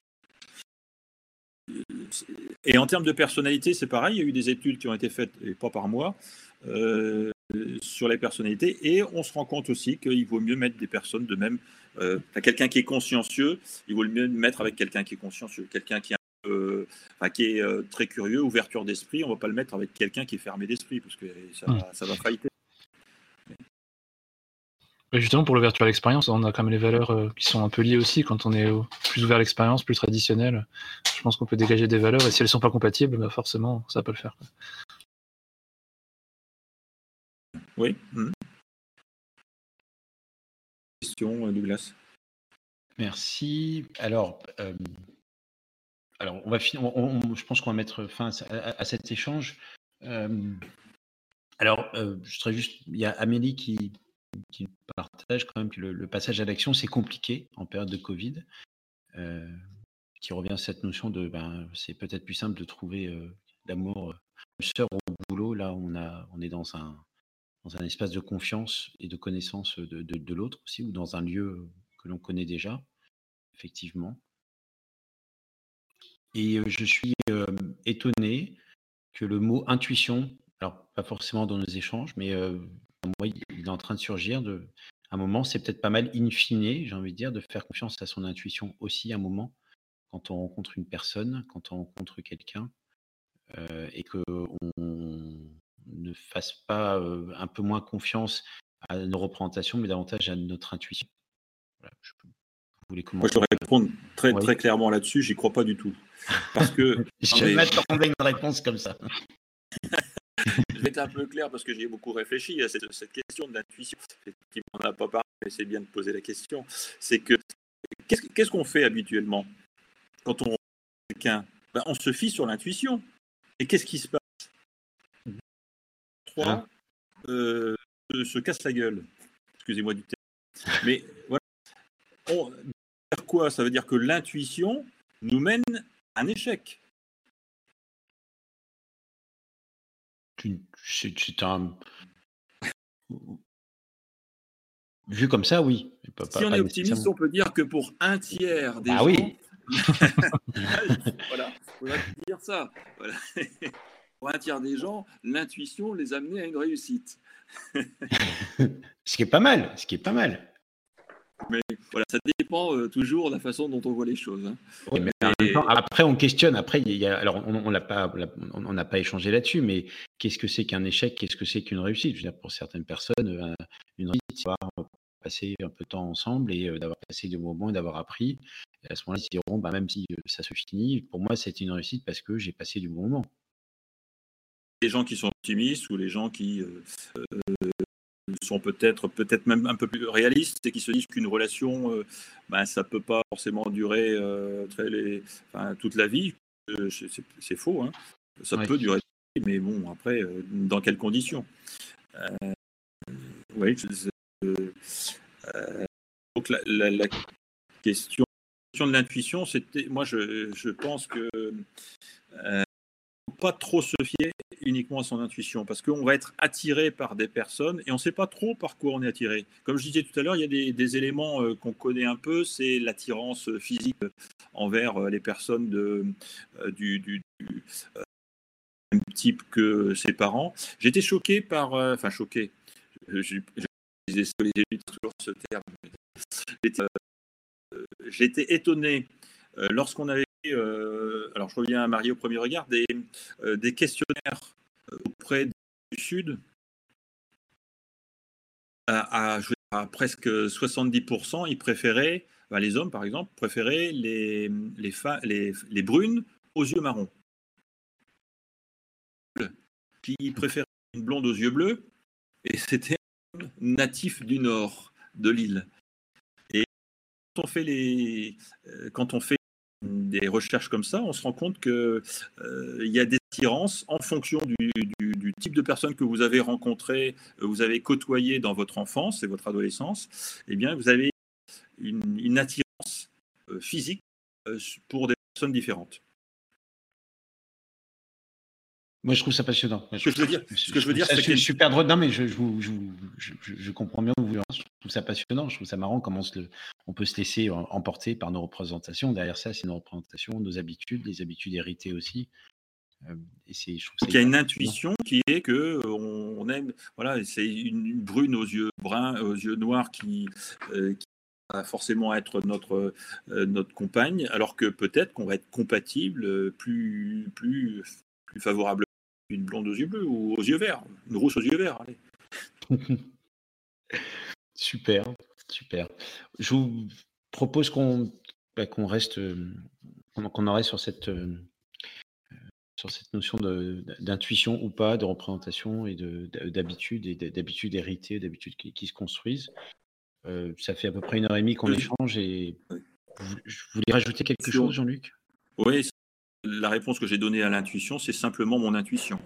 C: Et en termes de personnalité, c'est pareil, il y a eu des études qui ont été faites, et pas par moi, euh, sur les personnalités, et on se rend compte aussi qu'il vaut mieux mettre des personnes de même, euh, quelqu'un qui est consciencieux, il vaut mieux mettre avec quelqu'un qui est consciencieux, quelqu'un qui est, euh, enfin, qui est euh, très curieux, ouverture d'esprit, on ne va pas le mettre avec quelqu'un qui est fermé d'esprit, parce que ça,
B: Mmh.
C: ça va failliter.
B: Justement, pour l'ouverture à l'expérience, on a quand même les valeurs euh, qui sont un peu liées aussi. Quand on est euh, plus ouvert à l'expérience, plus traditionnel, je pense qu'on peut dégager des valeurs. Et si elles ne sont pas compatibles, bah forcément, ça ne va pas le faire. Quoi.
C: Oui. Mmh. Question, Douglas.
A: Merci. Alors, euh, alors on va finir. On, on, je pense qu'on va mettre fin à, à, à cet échange. Euh, alors, euh, je serais juste. Il y a Amélie qui, qui partage quand même que le, le passage à l'action, c'est compliqué en période de Covid, euh, qui revient à cette notion de, ben, c'est peut-être plus simple de trouver euh, l'amour, euh, sœur au boulot. Là, on a, on est dans un, dans un espace de confiance et de connaissance de, de, de l'autre aussi, ou dans un lieu que l'on connaît déjà, effectivement. Et euh, je suis euh, étonné que le mot intuition, alors pas forcément dans nos échanges, mais euh, moi, il est en train de surgir. De, à un moment, c'est peut-être pas mal in fine, j'ai envie de dire, de faire confiance à son intuition aussi à un moment, quand on rencontre une personne, quand on rencontre quelqu'un, euh, et qu'on ne fasse pas euh, un peu moins confiance à nos représentations, mais davantage à notre intuition. Voilà, je peux, vous voulez
C: Moi, je
A: commencer?
C: te répondre très,
A: Oui.
C: très clairement là-dessus, j'y crois pas du tout. Parce que.
A: Je
C: non, mais
A: m'attendais à une réponse comme ça.
C: je vais être un peu clair parce que j'ai beaucoup réfléchi à cette, cette question de l'intuition. Effectivement, on n'a pas parlé, mais c'est bien de poser la question. C'est que qu'est-ce, qu'est-ce qu'on fait habituellement quand on quelqu'un ben, on se fie sur l'intuition. Et qu'est-ce qui se passe? Trois
A: Hein
C: euh, se, se casse la gueule. Excusez-moi du terme. Mais voilà. On, ça veut dire quoi? Ça veut dire que l'intuition nous mène à un échec.
A: C'est, c'est un... Vu comme ça, oui. Pas,
C: Si
A: pas,
C: on
A: pas
C: est optimiste, on peut dire que pour un tiers des
A: bah
C: gens,
A: oui.
C: voilà, on va dire ça. Voilà. Pour un tiers des gens, l'intuition les amenait à une réussite.
A: Ce qui est pas mal, ce qui est pas mal.
C: Mais voilà, ça dépend euh, toujours de la façon dont on voit les choses. Hein.
A: Oui, mais en même temps, après, on questionne. Après, il y a, alors, on on l'a pas, on n'a pas échangé là-dessus, mais qu'est-ce que c'est qu'un échec? Qu'est-ce que c'est qu'une réussite? Je veux dire, pour certaines personnes, euh, une réussite, c'est d'avoir passé un peu de temps ensemble et euh, d'avoir passé des moments et d'avoir appris. Et à ce moment-là, ils diront, bah, même si euh, ça se finit, pour moi, c'est une réussite parce que j'ai passé du bon moment.
C: Les gens qui sont optimistes ou les gens qui euh, euh, sont peut-être peut-être même un peu plus réalistes et qui se disent qu'une relation, euh, ben, ça peut pas forcément durer euh, très les, enfin, toute la vie. Euh, c'est, c'est faux, hein. Ça
A: Ouais.
C: peut durer, mais bon, après, euh, dans quelles conditions? euh, Oui, je, euh, donc la, la, la question de l'intuition, c'était, moi, je, je pense que euh, pas trop se fier uniquement à son intuition, parce qu'on va être attiré par des personnes et on ne sait pas trop par quoi on est attiré. Comme je disais tout à l'heure, il y a des, des éléments euh, qu'on connaît un peu, c'est l'attirance physique envers euh, les personnes de, euh, du, du, du euh, même type que ses parents. J'étais choqué par... Euh, enfin, choqué. Je, je, je disais toujours ce terme. J'étais, euh, j'étais étonné euh, lorsqu'on avait Euh, alors je reviens à Marie au premier regard, des, euh, des questionnaires auprès du Sud, à, à, à presque soixante-dix pour cent, ils préféraient, ben les hommes par exemple, préféraient les, les, fa- les, les brunes aux yeux marrons. Qui préféraient une blonde aux yeux bleus, et c'était un natif du nord de l'île. Et quand on fait les, quand on fait des recherches comme ça, on se rend compte qu'il euh, y a des attirances en fonction du, du, du type de personne que vous avez rencontré, vous avez côtoyé dans votre enfance et votre adolescence. Eh bien, vous avez une, une attirance euh, physique euh, pour des personnes différentes.
A: Moi, je trouve ça passionnant.
C: Ce que je veux dire, ce que je veux dire, c'est
A: que
C: que
A: super drôle. Non, mais je, je, je, je, je comprends bien. Je trouve ça passionnant. Je trouve ça marrant comment on, se le, on peut se laisser emporter par nos représentations. Derrière ça, c'est nos représentations, nos habitudes, des habitudes héritées aussi. Et c'est, je trouve ça
C: il y a une intuition qui est que on aime. Voilà, c'est une, une brune aux yeux bruns, aux yeux noirs qui, euh, qui va forcément être notre euh, notre compagne, alors que peut-être qu'on va être compatible plus plus plus favorable une blonde aux yeux bleus ou aux yeux verts, une rousse aux yeux verts. Allez.
A: Super, super. Je vous propose qu'on bah, qu'on reste, qu'on en reste sur cette, sur cette notion de, d'intuition ou pas, de représentation et de, d'habitude et d'habitudes héritées, d'habitudes qui, qui se construisent. Euh, ça fait à peu près une heure et demie qu'on échange et vous, je voulais rajouter quelque chose, Jean-Luc?
C: Oui, la réponse que j'ai donnée à l'intuition, c'est simplement mon intuition.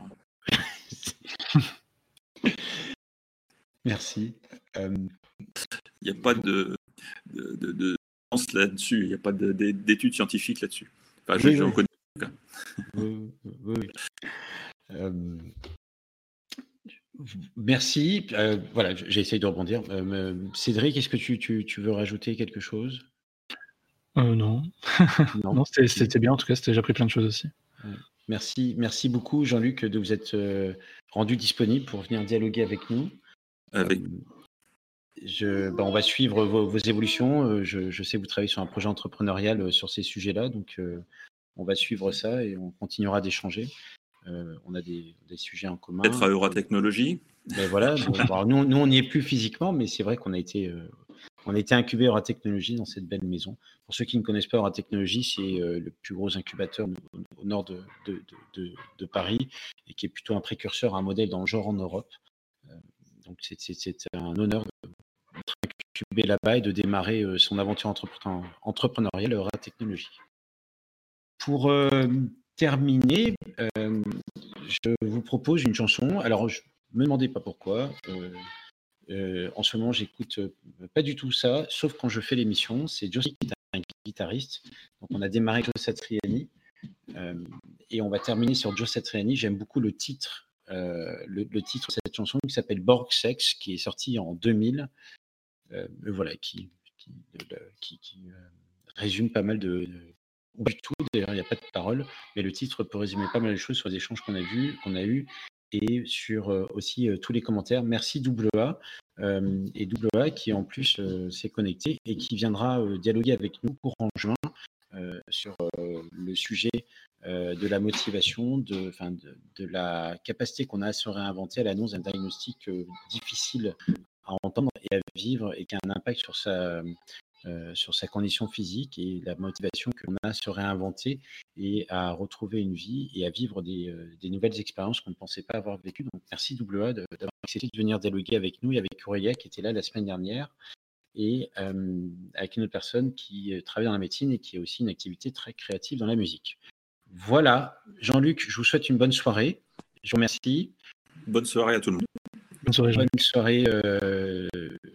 A: Merci. Euh...
C: Il n'y a pas de, de, de, de science là-dessus, il n'y a pas de, de, d'études scientifiques là-dessus. Enfin,
A: oui,
C: j'en
A: oui.
C: connais pas.
A: Oui, oui, oui. Euh... Merci. Euh, voilà, j'ai essayé de rebondir. Euh, Cédric, est-ce que tu, tu, tu veux rajouter quelque chose?
B: euh, Non. Non, non c'était, c'était bien. En tout cas, j'ai appris plein de choses aussi.
A: Ouais. Merci, merci beaucoup, Jean-Luc, de vous être euh, rendu disponible pour venir dialoguer avec nous.
C: Avec...
A: Euh, je, ben, on va suivre vos, vos évolutions. Je, je sais que vous travaillez sur un projet entrepreneurial sur ces sujets-là, donc euh, on va suivre ça et on continuera d'échanger. Euh, on a des, des sujets en commun.
C: Peut-être à Euratechnologie.
A: Ben voilà. Bon, alors nous, nous, on n'y est plus physiquement, mais c'est vrai qu'on a été, euh, on a été incubé Euratechnologie dans cette belle maison. Pour ceux qui ne connaissent pas Euratechnologie, c'est euh, le plus gros incubateur au, au nord de, de, de, de, de Paris et qui est plutôt un précurseur, un modèle dans le genre en Europe. Euh, donc c'est, c'est, c'est un honneur d'être incubé là-bas et de démarrer euh, son aventure entrepre- entrepreneuriale Euratechnologie. Pour euh, terminer, euh, je vous propose une chanson. Alors, je ne me demandez pas pourquoi. Euh, euh, en ce moment, j'écoute euh, pas du tout ça, sauf quand je fais l'émission. C'est Joe qui est un guitariste. Donc, on a démarré avec Joe Satriani euh, et on va terminer sur Joe Satriani. J'aime beaucoup le titre, euh, le, le titre de cette chanson qui s'appelle Borg Sex, qui est sorti en deux mille. Euh, voilà, qui, qui, de, qui, qui euh, résume pas mal de, de ou du tout, d'ailleurs, il n'y a pas de parole, mais le titre peut résumer pas mal de choses sur les échanges qu'on a vus, qu'on a eus, et sur euh, aussi euh, tous les commentaires. Merci double A, euh, et double A qui en plus euh, s'est connecté et qui viendra euh, dialoguer avec nous courant juin euh, sur euh, le sujet euh, de la motivation, de, enfin, de, de la capacité qu'on a à se réinventer à l'annonce d'un diagnostic euh, difficile à entendre et à vivre et qui a un impact sur sa Euh, sur sa condition physique et la motivation qu'on a à se réinventer et à retrouver une vie et à vivre des, euh, des nouvelles expériences qu'on ne pensait pas avoir vécues. Donc merci double A de, d'avoir accepté de venir dialoguer avec nous et avec Aurélia qui était là la semaine dernière et euh, avec une autre personne qui travaille dans la médecine et qui a aussi une activité très créative dans la musique. Voilà, Jean-Luc, je vous souhaite une bonne soirée. Je vous remercie.
C: Bonne soirée à tout le monde.
B: Bonne soirée, Jean-Luc.
A: Bonne soirée, euh,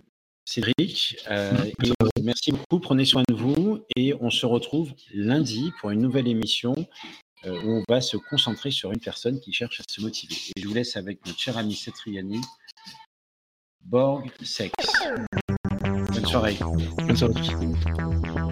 A: Cédric, euh, et merci beaucoup, prenez soin de vous et on se retrouve lundi pour une nouvelle émission euh, où on va se concentrer sur une personne qui cherche à se motiver. Et je vous laisse avec notre cher ami Satriani, Borg Sex. Bonne soirée.
B: Bonne soirée à tous.